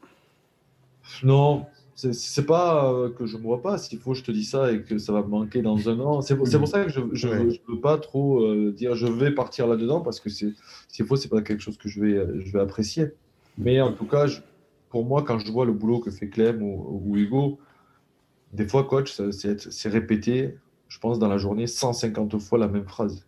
Non, c'est, c'est pas euh, que je me vois pas. S'il faut, je te dis ça et que ça va me manquer dans un an. C'est, mmh. c'est pour ça que je je, ouais. je veux pas trop euh, dire je vais partir là-dedans parce que c'est, s'il faut, c'est pas quelque chose que je vais je vais apprécier. Mais en tout cas, je, pour moi, quand je vois le boulot que fait Clem ou, ou Hugo, des fois, coach, ça, c'est, c'est répété, je pense, dans la journée, cent cinquante fois la même phrase.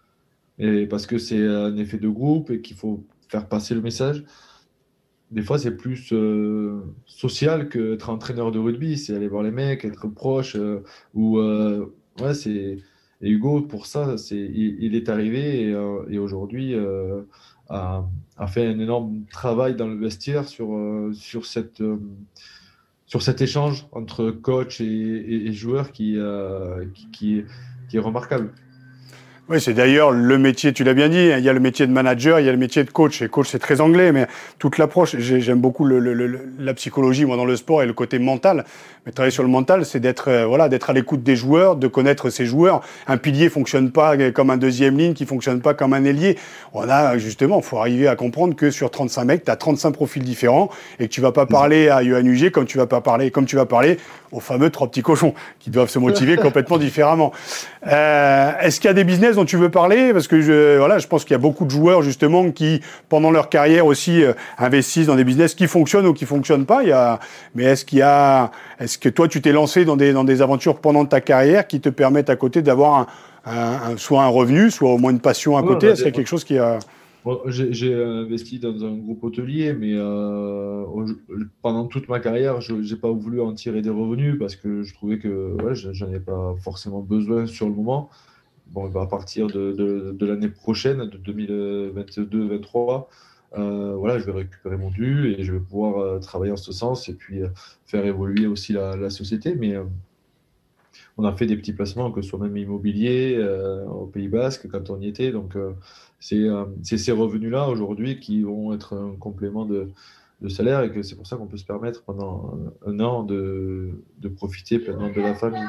Et parce que c'est un effet de groupe et qu'il faut faire passer le message. Des fois, c'est plus euh, social qu'être entraîneur de rugby. C'est aller voir les mecs, être proche. Euh, ou, euh, ouais, c'est... Et Hugo, pour ça, c'est... Il, il est arrivé et, euh, et aujourd'hui euh, a, a fait un énorme travail dans le vestiaire sur, euh, sur, cette, euh, sur cet échange entre coach et, et, et joueur qui, euh, qui, qui, est, qui est remarquable. Oui, c'est d'ailleurs le métier, tu l'as bien dit, il y a le métier de manager, il y a le métier de coach. Et coach, c'est très anglais, mais toute l'approche, j'aime beaucoup le, le, le, la psychologie, moi, dans le sport et le côté mental. Mais travailler sur le mental, c'est d'être, euh, voilà, d'être à l'écoute des joueurs, de connaître ses joueurs. Un pilier fonctionne pas comme un deuxième ligne, qui fonctionne pas comme un ailier. On a, justement, faut arriver à comprendre que sur trente-cinq mecs, tu as trente-cinq profils différents et que tu vas pas parler à Yoann Huget comme tu vas pas parler, comme tu vas parler aux fameux trois petits cochons qui doivent se motiver complètement différemment. Euh, est-ce qu'il y a des business dont tu veux parler? Parce que je, voilà, je pense qu'il y a beaucoup de joueurs justement qui, pendant leur carrière aussi, euh, investissent dans des business qui fonctionnent ou qui fonctionnent pas. Il y a, mais est-ce qu'il y a, est-ce que toi tu t'es lancé dans des dans des aventures pendant ta carrière qui te permettent à côté d'avoir un, un, un, soit un revenu, soit au moins une passion à Ouais, côté? bah, Est-ce qu'il y a quelque chose qui a... Bon, j'ai, j'ai investi dans un groupe hôtelier, mais euh, au- pendant toute ma carrière, je n'ai pas voulu en tirer des revenus parce que je trouvais que ouais, je- j'en ai pas forcément besoin sur le moment. Bon, bah, à partir de, de, de l'année prochaine, de deux mille vingt-deux vingt-trois, euh, voilà, je vais récupérer mon dû et je vais pouvoir euh, travailler en ce sens et puis euh, faire évoluer aussi la, la société. Mais euh, on a fait des petits placements, que ce soit même immobilier euh, au Pays Basque quand on y était. Donc, euh, c'est euh, c'est ces revenus-là aujourd'hui qui vont être un complément de, de salaire et que c'est pour ça qu'on peut se permettre pendant un, un an de, de profiter pleinement de la famille.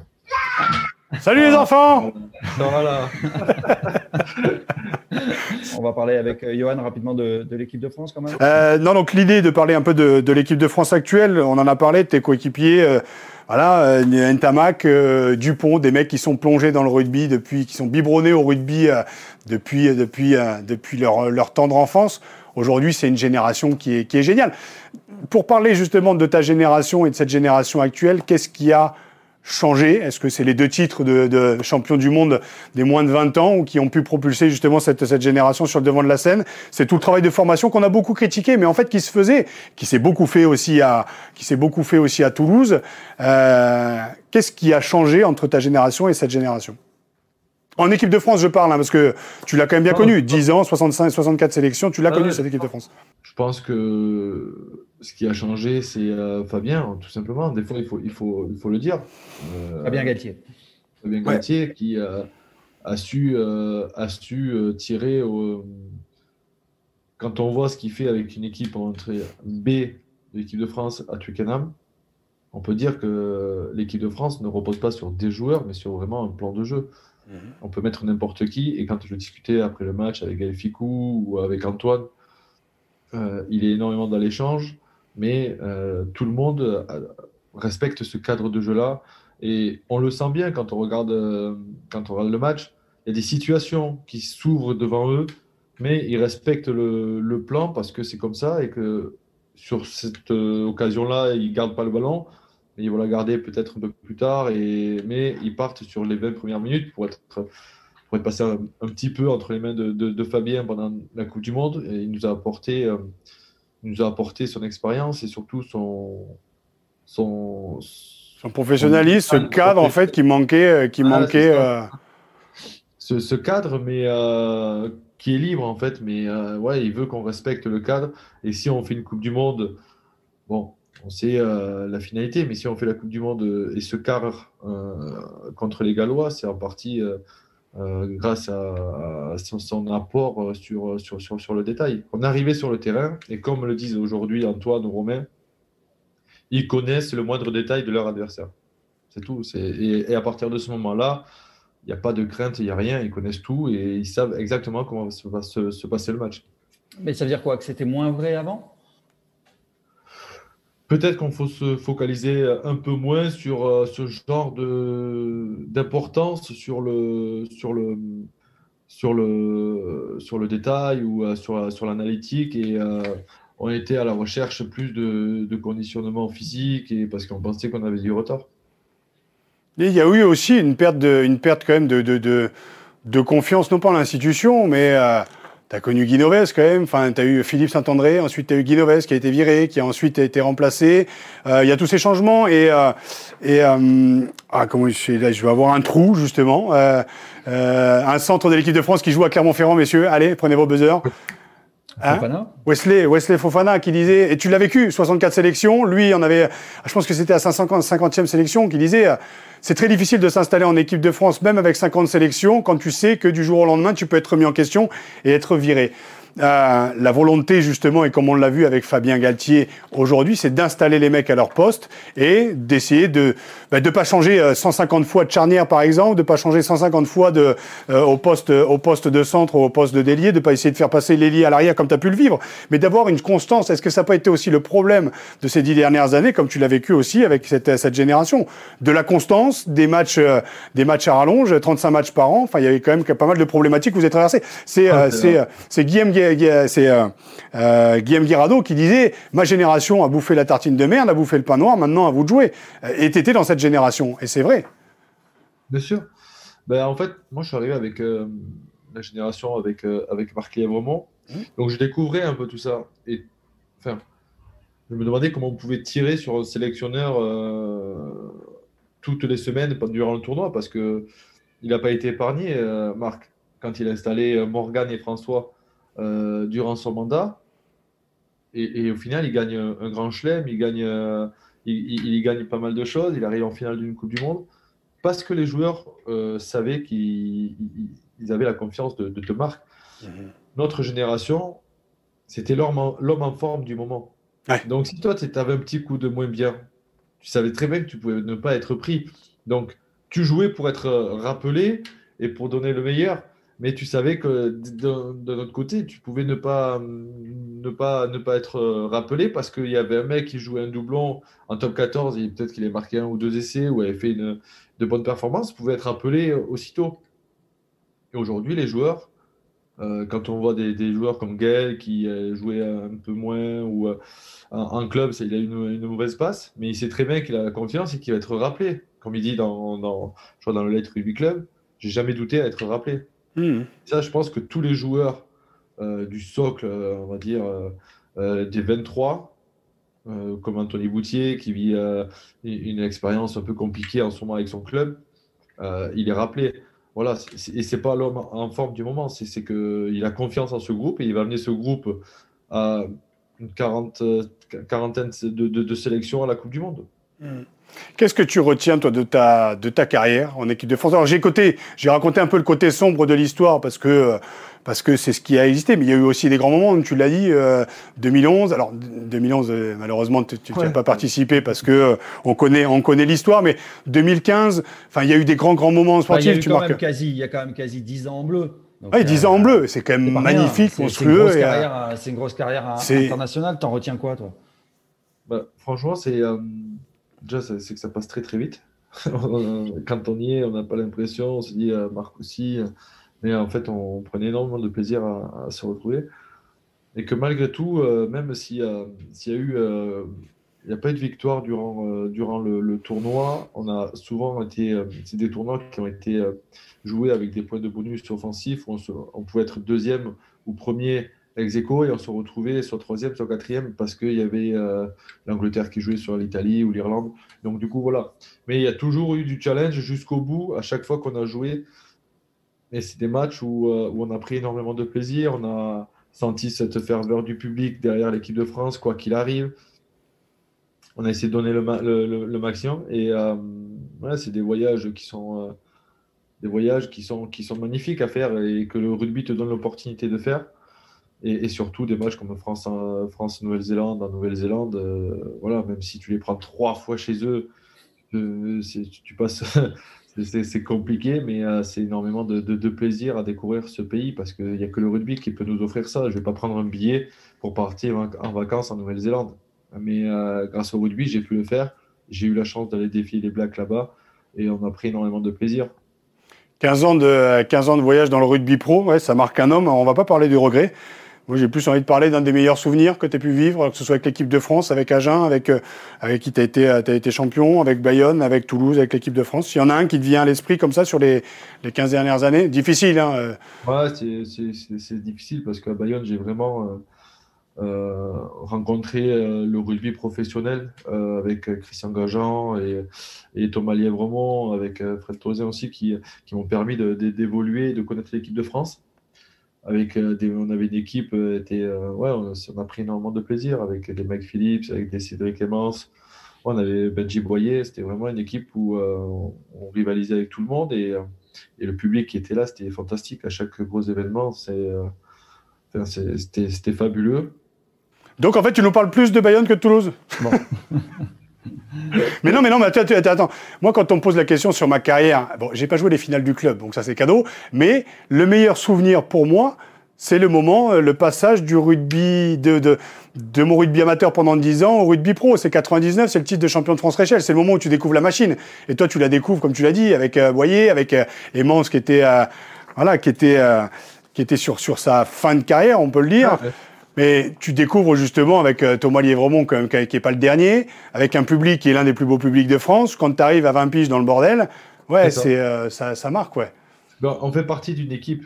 Salut les enfants! Voilà. On va parler avec euh, Yoann rapidement de, de l'équipe de France quand même. Euh, non, donc l'idée de parler un peu de, de l'équipe de France actuelle, on en a parlé, de tes coéquipiers, euh, voilà, euh, Ntamak, euh, Dupont, des mecs qui sont plongés dans le rugby depuis, qui sont biberonnés au rugby euh, depuis, depuis, euh, depuis leur, leur tendre enfance. Aujourd'hui, c'est une génération qui est, qui est géniale. Pour parler justement de ta génération et de cette génération actuelle, qu'est-ce qui a changé? Est-ce que c'est les deux titres de, de champion du monde des moins de vingt ans ou qui ont pu propulser justement cette, cette génération sur le devant de la scène? C'est tout le travail de formation qu'on a beaucoup critiqué, mais en fait qui se faisait, qui s'est beaucoup fait aussi à, qui s'est beaucoup fait aussi à Toulouse. Euh, qu'est-ce qui a changé entre ta génération et cette génération? En équipe de France, je parle, hein, parce que tu l'as quand même bien Non, connu. dix ans, soixante-cinq, soixante-quatre sélections, tu l'as Ah connu ouais. cette équipe de France. Je pense que ce qui a changé, c'est euh, Fabien, tout simplement. Des fois, il faut, il faut, il faut le dire. Euh, Fabien Galtier. Fabien Ouais. Galtier qui euh, a su, euh, a su euh, tirer au... Quand on voit ce qu'il fait avec une équipe en entrée B de l'équipe de France à Twickenham, on peut dire que l'équipe de France ne repose pas sur des joueurs, mais sur vraiment un plan de jeu. On peut mettre n'importe qui, et quand je discutais après le match avec Gaël Ficou ou avec Antoine, euh, il est énormément dans l'échange, mais euh, tout le monde euh, respecte ce cadre de jeu-là, et on le sent bien quand on regarde, euh, quand on regarde le match. Il y a des situations qui s'ouvrent devant eux, mais ils respectent le, le plan parce que c'est comme ça, et que sur cette euh, occasion-là, ils ne gardent pas le ballon. Mais ils vont la garder peut-être un peu plus tard, et... mais ils partent sur les vingt premières minutes pour être, pour être passé un, un petit peu entre les mains de, de, de Fabien pendant la Coupe du Monde. Et il nous a apporté, euh, il nous a apporté son expérience et surtout son, son, Son professionnalisme, son- ce cadre en fait qui manquait, euh, qui Ah, manquait. c'est ça. euh, ce, ce cadre, mais euh, qui est libre en fait. Mais euh, ouais, il veut qu'on respecte le cadre. Et si on fait une Coupe du Monde, bon, on sait euh, la finalité, mais si on fait la Coupe du Monde euh, et ce quart euh, contre les Gallois, c'est en partie euh, euh, grâce à, à son, son apport euh, sur, sur, sur, sur le détail. On est arrivé sur le terrain, et comme le disent aujourd'hui Antoine ou Romain, ils connaissent le moindre détail de leur adversaire. C'est tout. C'est, et, et à partir de ce moment-là, il n'y a pas de crainte, il n'y a rien. Ils connaissent tout et ils savent exactement comment va se, va se, se passer le match. Mais ça veut dire quoi? Que c'était moins vrai avant? Peut-être qu'on faut se focaliser un peu moins sur euh, ce genre de, d'importance sur le, sur le, sur le, sur le détail ou euh, sur, sur l'analytique, et euh, on était à la recherche plus de, de conditionnement physique, et parce qu'on pensait qu'on avait du retard. Et il y a eu aussi une perte, de, une perte quand même de, de, de, de confiance, non pas en l'institution, mais euh, tu as connu Guy Novès quand même, enfin, tu as eu Philippe Saint-André, ensuite tu as eu Guy Novès qui a été viré, qui a ensuite été remplacé. Euh, il y a tous ces changements et, euh, et euh, ah, comment je, là, je vais avoir un trou justement. Euh, euh, un centre de l'équipe de France qui joue à Clermont-Ferrand, messieurs. Allez, prenez vos buzzers. Hein Fofana Wesley, Wesley Fofana qui disait, et tu l'as vécu, soixante-quatre sélections, lui en avait, je pense que c'était à sa cinquantième sélection, qui disait, c'est très difficile de s'installer en équipe de France, même avec cinquante sélections, quand tu sais que du jour au lendemain, tu peux être remis en question et être viré. Euh, la volonté justement, et comme on l'a vu avec Fabien Galtier aujourd'hui, c'est d'installer les mecs à leur poste et d'essayer de bah, de pas changer cent cinquante fois de charnière par exemple, de pas changer cent cinquante fois de euh, au poste au poste de centre ou au poste de d'ailier, de pas essayer de faire passer l'ailier à l'arrière comme tu as pu le vivre, mais d'avoir une constance. Est-ce que ça n'a pas été aussi le problème de ces dix dernières années, comme tu l'as vécu aussi avec cette cette génération, de la constance, des matchs euh, des matchs à rallonge, trente-cinq matchs par an. Enfin, il y avait quand même pas mal de problématiques que vous avez traversées. C'est euh, c'est c'est Guillaume c'est euh, euh, Guillaume Guirado qui disait « Ma génération a bouffé la tartine de merde, a bouffé le pain noir, maintenant à vous de jouer. » Et t'étais dans cette génération, et c'est vrai. Bien sûr. Ben, en fait, moi je suis arrivé avec euh, la génération avec, euh, avec Marc Lièvremont, mmh. donc je découvrais un peu tout ça. Et enfin, je me demandais comment on pouvait tirer sur un sélectionneur euh, toutes les semaines durant le tournoi, parce qu'il n'a pas été épargné, euh, Marc, quand il a installé Morgan et François Euh, durant son mandat, et, et au final il gagne un, un grand chelem, il gagne, euh, il, il, il gagne pas mal de choses, il arrive en finale d'une Coupe du Monde parce que les joueurs euh, savaient qu'ils ils avaient la confiance de, de, de Marc. Mmh. Notre génération, c'était l'homme en, l'homme en forme du moment. Ouais. Donc si toi tu avais un petit coup de moins bien, tu savais très bien que tu pouvais ne pas être pris, donc tu jouais pour être rappelé et pour donner le meilleur. Mais tu savais que de, de notre côté, tu pouvais ne pas, ne pas, ne pas être rappelé parce qu'il y avait un mec qui jouait un doublon en top quatorze et peut-être qu'il avait marqué un ou deux essais ou avait fait une, de bonnes performances, pouvait être appelé aussitôt. Et aujourd'hui, les joueurs, euh, quand on voit des, des joueurs comme Gaël qui euh, jouait un peu moins ou euh, en, en club, ça, il a une, une mauvaise passe, mais il sait très bien qu'il a la confiance et qu'il va être rappelé. Comme il dit dans, dans, je crois dans le Light Rugby Club, j'ai jamais douté à être rappelé. Mmh. Ça, je pense que tous les joueurs euh, du socle, euh, on va dire, euh, euh, des vingt-trois, euh, comme Anthony Boutier, qui vit euh, une expérience un peu compliquée en ce moment avec son club, euh, il est rappelé. Voilà, c'est, et c'est pas l'homme en forme du moment, c'est, c'est qu'il a confiance en ce groupe et il va amener ce groupe à une quarante, quarantaine de, de, de sélections à la Coupe du Monde. Mmh. Qu'est-ce que tu retiens, toi, de ta, de ta carrière en équipe de France? Alors, j'ai, côté, j'ai raconté un peu le côté sombre de l'histoire parce que, parce que c'est ce qui a existé, mais il y a eu aussi des grands moments, tu l'as dit, euh, deux mille onze. Alors, deux mille onze, euh, malheureusement, tu n'as ouais. pas participé parce que euh, on connaît, on connaît l'histoire, mais deux mille quinze, enfin, il y a eu des grands, grands moments sportifs. Enfin, il y a eu tu quand marques... même quasi, il y a quand même quasi dix ans en bleu. Donc, oui, dix euh, ans en bleu, c'est quand même c'est magnifique, c'est, monstrueux. C'est une grosse et, carrière, c'est une grosse carrière c'est... internationale. T'en retiens quoi, toi? Bah, franchement, c'est. Euh... Déjà, c'est que ça passe très très vite. Quand on y est, on n'a pas l'impression, on se dit euh, Marc aussi, mais en fait, on, on prenait énormément de plaisir à, à se retrouver. Et que malgré tout, euh, même si, euh, s'il y a eu, euh, il n'y a pas eu de victoire durant, euh, durant le, le tournoi, on a souvent été, euh, c'est des tournois qui ont été euh, joués avec des points de bonus offensifs où on, se, on pouvait être deuxième ou premier ex aequo et on se retrouvait soit troisième, soit quatrième parce qu'il y avait euh, l'Angleterre qui jouait sur l'Italie ou l'Irlande. Donc du coup, voilà. Mais il y a toujours eu du challenge jusqu'au bout, à chaque fois qu'on a joué. Et c'est des matchs où, euh, où on a pris énormément de plaisir, on a senti cette ferveur du public derrière l'équipe de France, quoi qu'il arrive. On a essayé de donner le, ma- le, le, le maximum. Et euh, ouais, c'est des voyages qui sont... Euh, des voyages qui sont, qui sont magnifiques à faire et que le rugby te donne l'opportunité de faire. Et, et surtout des matchs comme France, France Nouvelle-Zélande, en Nouvelle-Zélande, euh, voilà, même si tu les prends trois fois chez eux, euh, c'est, tu passes, c'est, c'est compliqué, mais euh, c'est énormément de, de, de plaisir à découvrir ce pays parce qu'il n'y a que le rugby qui peut nous offrir ça. Je ne vais pas prendre un billet pour partir en vacances en Nouvelle-Zélande, mais euh, grâce au rugby, j'ai pu le faire. J'ai eu la chance d'aller défier les Blacks là-bas et on a pris énormément de plaisir. quinze ans de, quinze ans de voyage dans le rugby pro, ouais, ça marque un homme. On ne va pas parler du regret. Moi, j'ai plus envie de parler d'un des meilleurs souvenirs que tu as pu vivre, que ce soit avec l'équipe de France, avec Agen, avec, euh, avec qui tu as été, t'as été champion, avec Bayonne, avec Toulouse, avec l'équipe de France. Il y en a un qui te vient à l'esprit comme ça sur les, les quinze dernières années. Difficile, hein euh. Ouais, c'est, c'est, c'est, c'est difficile parce qu'à Bayonne, j'ai vraiment euh, euh, rencontré euh, le rugby professionnel euh, avec Christian Gajan et, et Thomas Lièvremont, avec euh, Fred Tozin aussi, qui, qui m'ont permis de, de, d'évoluer et de connaître l'équipe de France. Avec euh, des, on avait une équipe, euh, était, euh, ouais, on, on a pris énormément de plaisir avec des Mike Phillips, avec des Cédric Clémence. Ouais, on avait Benji Boyer. C'était vraiment une équipe où euh, on, on rivalisait avec tout le monde et, euh, et le public qui était là, c'était fantastique. À chaque gros événement, c'est, euh, enfin, c'est, c'était, c'était fabuleux. Donc en fait, tu nous parles plus de Bayonne que de Toulouse. Bon. mais non, mais non, mais attends, attends, attends. Moi, quand on me pose la question sur ma carrière, bon, j'ai pas joué les finales du club, donc ça c'est cadeau. Mais le meilleur souvenir pour moi, c'est le moment, le passage du rugby, de, de, de mon rugby amateur pendant dix ans au rugby pro. C'est quatre-vingt-dix-neuf, c'est le titre de champion de France Réchelle. C'est le moment où tu découvres la machine. Et toi, tu la découvres, comme tu l'as dit, avec euh, Boyer, avec euh, Emmons qui était, euh, voilà, qui était, euh, qui était sur, sur sa fin de carrière, on peut le dire. Ah, ouais. Mais tu découvres justement avec euh, Thomas Lièvremont, qui n'est pas le dernier, avec un public qui est l'un des plus beaux publics de France. Quand tu arrives à vingt piges dans le bordel, ouais, c'est, c'est euh, ça, ça marque, ouais. Ben, on fait partie d'une équipe,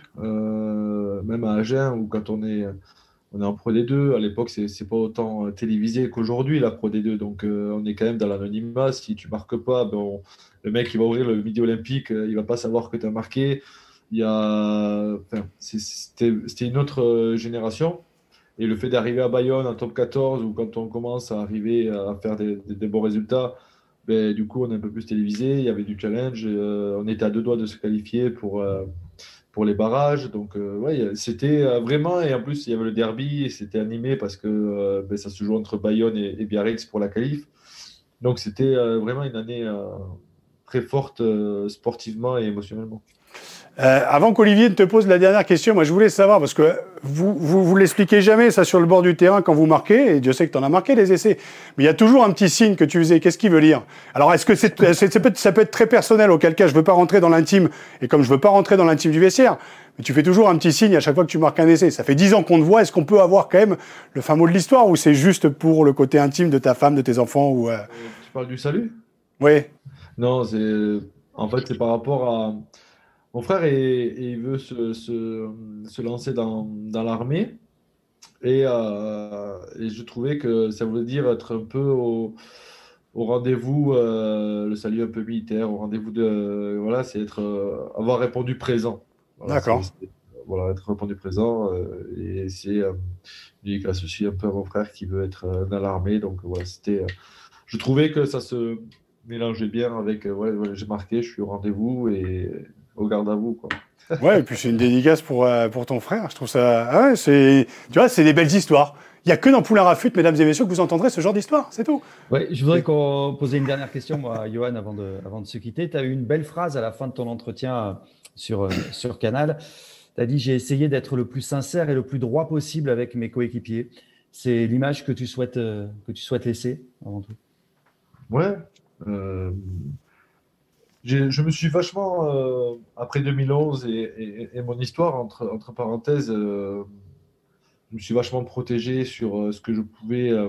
euh, même à Agen, où quand on est, on est en Pro D deux, à l'époque, c'est, c'est pas autant télévisé qu'aujourd'hui, la Pro D deux. Donc, euh, on est quand même dans l'anonymat. Si tu marques pas, ben, on, le mec, il va ouvrir le Midi Olympique, il va pas savoir que tu as marqué. Il y a, enfin, c'est, c'était, c'était une autre génération. Et le fait d'arriver à Bayonne en top quatorze, ou quand on commence à arriver à faire des, des, des bons résultats, ben, du coup, on est un peu plus télévisé. Il y avait du challenge. Euh, on était à deux doigts de se qualifier pour, euh, pour les barrages. Donc, euh, ouais, c'était vraiment. Et en plus, il y avait le derby. Et c'était animé parce que euh, ben, ça se joue entre Bayonne et, et Biarritz pour la qualif. Donc, c'était euh, vraiment une année euh, très forte euh, sportivement et émotionnellement. Euh, avant qu'Olivier ne te pose la dernière question, moi je voulais savoir, parce que vous vous, vous l'expliquez jamais ça sur le bord du terrain quand vous marquez, et Dieu sait que tu en as marqué des essais, mais il y a toujours un petit signe que tu faisais. Qu'est-ce qu'il veut dire? Alors est-ce que c'est, c'est, c'est peut, ça peut être très personnel, auquel cas je veux pas rentrer dans l'intime, et comme je veux pas rentrer dans l'intime du vestiaire, mais tu fais toujours un petit signe à chaque fois que tu marques un essai. Ça fait dix ans qu'on te voit, est-ce qu'on peut avoir quand même le fin mot de l'histoire, ou c'est juste pour le côté intime de ta femme, de tes enfants ou euh... Tu parles du salut? Oui. Non, c'est en fait c'est par rapport à... Mon frère, est, est, il veut se, se, se lancer dans, dans l'armée et, euh, et je trouvais que ça voulait dire être un peu au, au rendez-vous, euh, le salut un peu militaire, au rendez-vous de... Voilà, c'est être, euh, avoir répondu présent. Voilà, D'accord. c'est, c'est, voilà, être répondu présent euh, et c'est euh, lui qui associe un peu à mon frère qui veut être euh, dans l'armée. Donc voilà, c'était... Euh, je trouvais que ça se mélangeait bien avec... Euh, ouais, ouais, j'ai marqué, je suis au rendez-vous et... au garde à vous, quoi. Ouais, et puis c'est une dédicace pour, euh, pour ton frère. Je trouve ça. Ah ouais, c'est. Tu vois, c'est des belles histoires. Il n'y a que dans Poulain Rafut, mesdames et messieurs, que vous entendrez ce genre d'histoire, c'est tout. Ouais, je voudrais qu'on pose une dernière question, moi, Johan, avant de, avant de se quitter. Tu as eu une belle phrase à la fin de ton entretien sur, sur Canal. Tu as dit: j'ai essayé d'être le plus sincère et le plus droit possible avec mes coéquipiers. C'est l'image que tu souhaites, que tu souhaites laisser, avant tout. Ouais. Euh... J'ai, je me suis vachement, euh, après deux mille onze et, et, et mon histoire, entre, entre parenthèses, euh, je me suis vachement protégé sur euh, ce que je pouvais. Euh,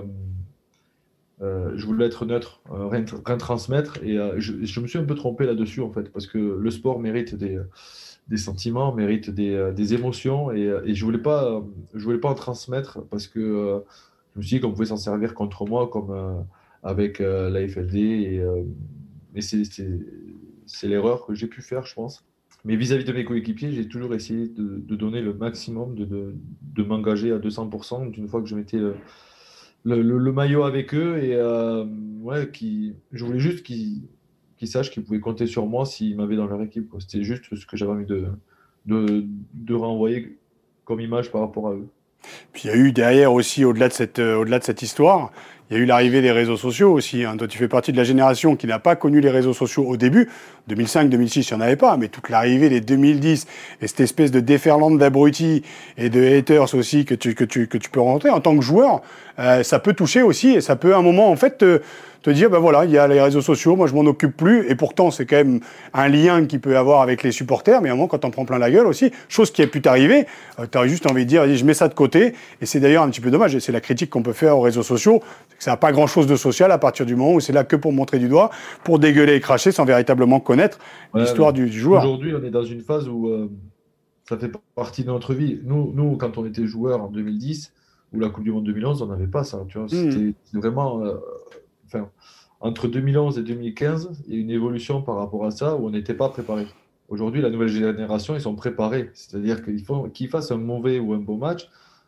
euh, je voulais être neutre, euh, rien, rien transmettre. Et euh, je, je me suis un peu trompé là-dessus, en fait, parce que le sport mérite des, des sentiments, mérite des, des émotions. Et, et je ne voulais pas, je voulais pas en transmettre parce que euh, je me suis dit qu'on pouvait s'en servir contre moi, comme euh, avec euh, l'A F L D. Et, euh, et c'est. c'est C'est l'erreur que j'ai pu faire, je pense. Mais vis-à-vis de mes coéquipiers, j'ai toujours essayé de, de donner le maximum, de, de, de m'engager à deux cents pour cent une fois que je mettais le, le, le, le maillot avec eux. Et euh, ouais, qui, je voulais juste qu'ils, qu'ils sachent qu'ils pouvaient compter sur moi s'ils m'avaient dans leur équipe, quoi. C'était juste ce que j'avais envie de, de, de renvoyer comme image par rapport à eux. Puis il y a eu derrière aussi, au-delà de cette, euh, au-delà de cette histoire, il y a eu l'arrivée des réseaux sociaux aussi. Hein. Toi, tu fais partie de la génération qui n'a pas connu les réseaux sociaux au début. deux mille cinq, deux mille six, il n'y en avait pas. Mais toute l'arrivée des deux mille dix et cette espèce de déferlante d'abrutis et de haters aussi que tu, que tu, que tu peux rentrer en tant que joueur, euh, ça peut toucher aussi et ça peut à un moment, en fait, te, te dire, ben voilà, il y a les réseaux sociaux, moi je m'en occupe plus, et pourtant c'est quand même un lien qu'il peut y avoir avec les supporters, mais à un moment quand t'en prends plein la gueule aussi, chose qui a pu t'arriver, euh, t'aurais juste envie de dire, je mets ça de côté, et c'est d'ailleurs un petit peu dommage, et c'est la critique qu'on peut faire aux réseaux sociaux, c'est que ça n'a pas grand-chose de social à partir du moment où c'est là que pour montrer du doigt, pour dégueuler et cracher sans véritablement connaître ouais, l'histoire du, du joueur. Aujourd'hui, on est dans une phase où euh, ça fait partie de notre vie. Nous, nous, quand on était joueurs en deux mille dix, ou la Coupe du Monde deux mille onze, on n'avait pas ça. Tu vois, c'était mmh. vraiment... Euh, enfin, entre deux mille onze et deux mille quinze, il y a une évolution par rapport à ça où on n'était pas préparé. Aujourd'hui, la nouvelle génération, ils sont préparés. C'est-à-dire qu'ils font, qu'ils fassent un mauvais ou un beau match,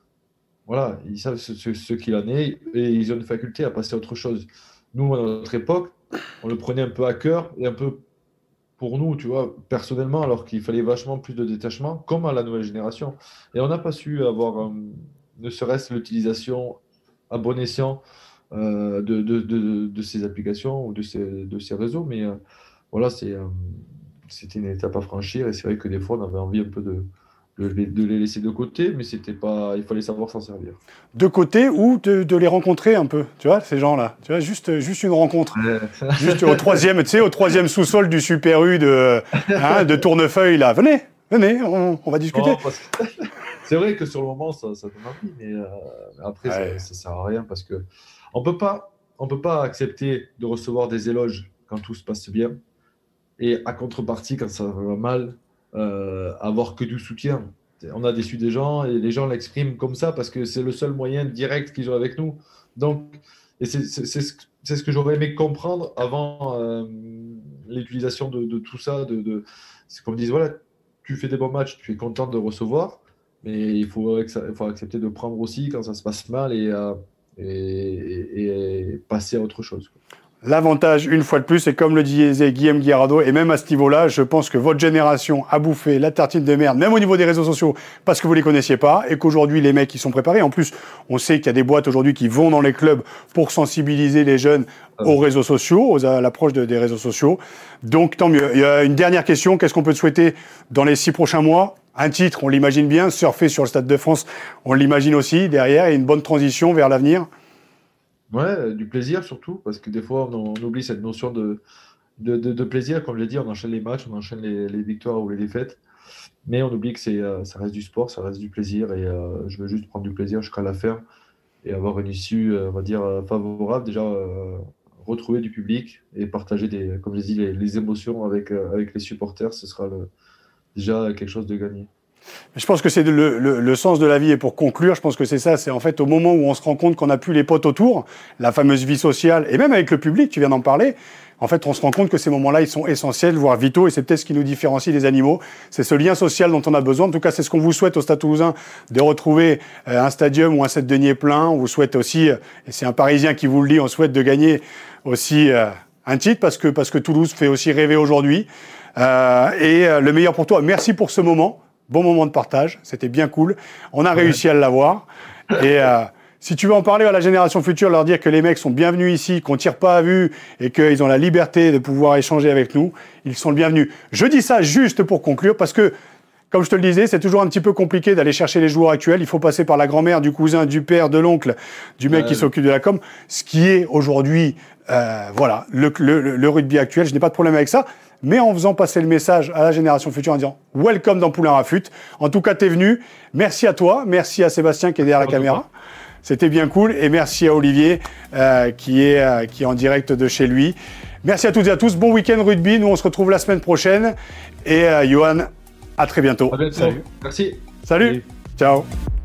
voilà, ils savent ce, ce, ce qu'il en est et ils ont une faculté à passer à autre chose. Nous, à notre époque, on le prenait un peu à cœur et un peu pour nous, tu vois, personnellement, alors qu'il fallait vachement plus de détachement, comme à la nouvelle génération. Et on n'a pas su avoir, un, ne serait-ce l'utilisation à bon escient euh, de, de, de, de ces applications ou de ces, de ces réseaux. Mais euh, voilà, c'est, euh, c'était une étape à franchir. Et c'est vrai que des fois, on avait envie un peu de, de, de les laisser de côté, mais c'était pas, il fallait savoir s'en servir. De côté ou de, de les rencontrer un peu, tu vois, ces gens-là. Tu vois, juste, juste une rencontre. Juste au troisième, tu sais, au troisième sous-sol du Super U de, hein, de Tournefeuille, là. Venez, venez, on, on va discuter. Non, parce que c'est vrai que sur le moment, ça, ça donne envie, mais euh, après, ouais. ça, ça sert à rien parce que on peut pas, on peut pas accepter de recevoir des éloges quand tout se passe bien et à contrepartie, quand ça va mal, euh, avoir que du soutien. On a déçu des gens et les gens l'expriment comme ça parce que c'est le seul moyen direct qu'ils ont avec nous. Donc, et c'est, c'est, c'est, ce, c'est ce que j'aurais aimé comprendre avant euh, l'utilisation de, de tout ça. De, de, c'est qu'on me dise, voilà, tu fais des bons matchs, tu es content de recevoir, mais il faut, il faut accepter de prendre aussi quand ça se passe mal et, euh, et, et, et passer à autre chose. L'avantage, une fois de plus, c'est comme le disait Guillaume Guirado, et même à ce niveau-là, je pense que votre génération a bouffé la tartine de merde, même au niveau des réseaux sociaux, parce que vous les connaissiez pas, et qu'aujourd'hui, les mecs, ils sont préparés. En plus, on sait qu'il y a des boîtes aujourd'hui qui vont dans les clubs pour sensibiliser les jeunes aux réseaux sociaux, aux, à l'approche de, des réseaux sociaux. Donc, tant mieux. Il y a une dernière question. Qu'est-ce qu'on peut te souhaiter dans les six prochains mois? Un titre, on l'imagine bien. Surfer sur le Stade de France, on l'imagine aussi derrière, et une bonne transition vers l'avenir. Ouais, du plaisir surtout, parce que des fois, on, on oublie cette notion de, de, de, de plaisir. Comme je l'ai dit, on enchaîne les matchs, on enchaîne les, les victoires ou les défaites, mais on oublie que c'est, euh, ça reste du sport, ça reste du plaisir, et euh, je veux juste prendre du plaisir jusqu'à la fin et avoir une issue, euh, on va dire, euh, favorable. Déjà, euh, retrouver du public et partager, des, comme je l'ai dit, les, les émotions avec, euh, avec les supporters, ce sera le, déjà quelque chose de gagné. Je pense que c'est le, le, le sens de la vie. Et pour conclure, je pense que c'est ça. C'est en fait au moment où on se rend compte qu'on n'a plus les potes autour, la fameuse vie sociale, et même avec le public, tu viens d'en parler. En fait, on se rend compte que ces moments-là, ils sont essentiels, voire vitaux. Et c'est peut-être ce qui nous différencie des animaux. C'est ce lien social dont on a besoin. En tout cas, c'est ce qu'on vous souhaite au Stade Toulousain, de retrouver euh, un stadium ou un Sept-Deniers plein. On vous souhaite aussi, euh, et c'est un Parisien qui vous le dit, on souhaite de gagner aussi euh, un titre parce que, parce que Toulouse fait aussi rêver aujourd'hui. Euh, et euh, le meilleur pour toi. Merci pour ce moment. Bon moment de partage, c'était bien cool. On a réussi à l'avoir. Et euh, si tu veux en parler à la génération future, leur dire que les mecs sont bienvenus ici, qu'on tire pas à vue et qu'ils ont la liberté de pouvoir échanger avec nous, ils sont le bienvenu. Je dis ça juste pour conclure parce que, comme je te le disais, c'est toujours un petit peu compliqué d'aller chercher les joueurs actuels. Il faut passer par la grand-mère, du cousin, du père, de l'oncle, du mec ouais. qui s'occupe de la com. Ce qui est aujourd'hui, euh, voilà, le, le, le rugby actuel. Je n'ai pas de problème avec ça. Mais en faisant passer le message à la génération future en disant « Welcome dans Poulain Rafut ». En tout cas, t'es venu. Merci à toi. Merci à Sébastien qui est derrière la caméra. C'était bien cool. Et merci à Olivier euh, qui, est, euh, qui est en direct de chez lui. Merci à toutes et à tous. Bon week-end rugby. Nous, on se retrouve la semaine prochaine. Et euh, Johan, à très bientôt. À bientôt. Salut. Merci. Salut. Salut. Ciao.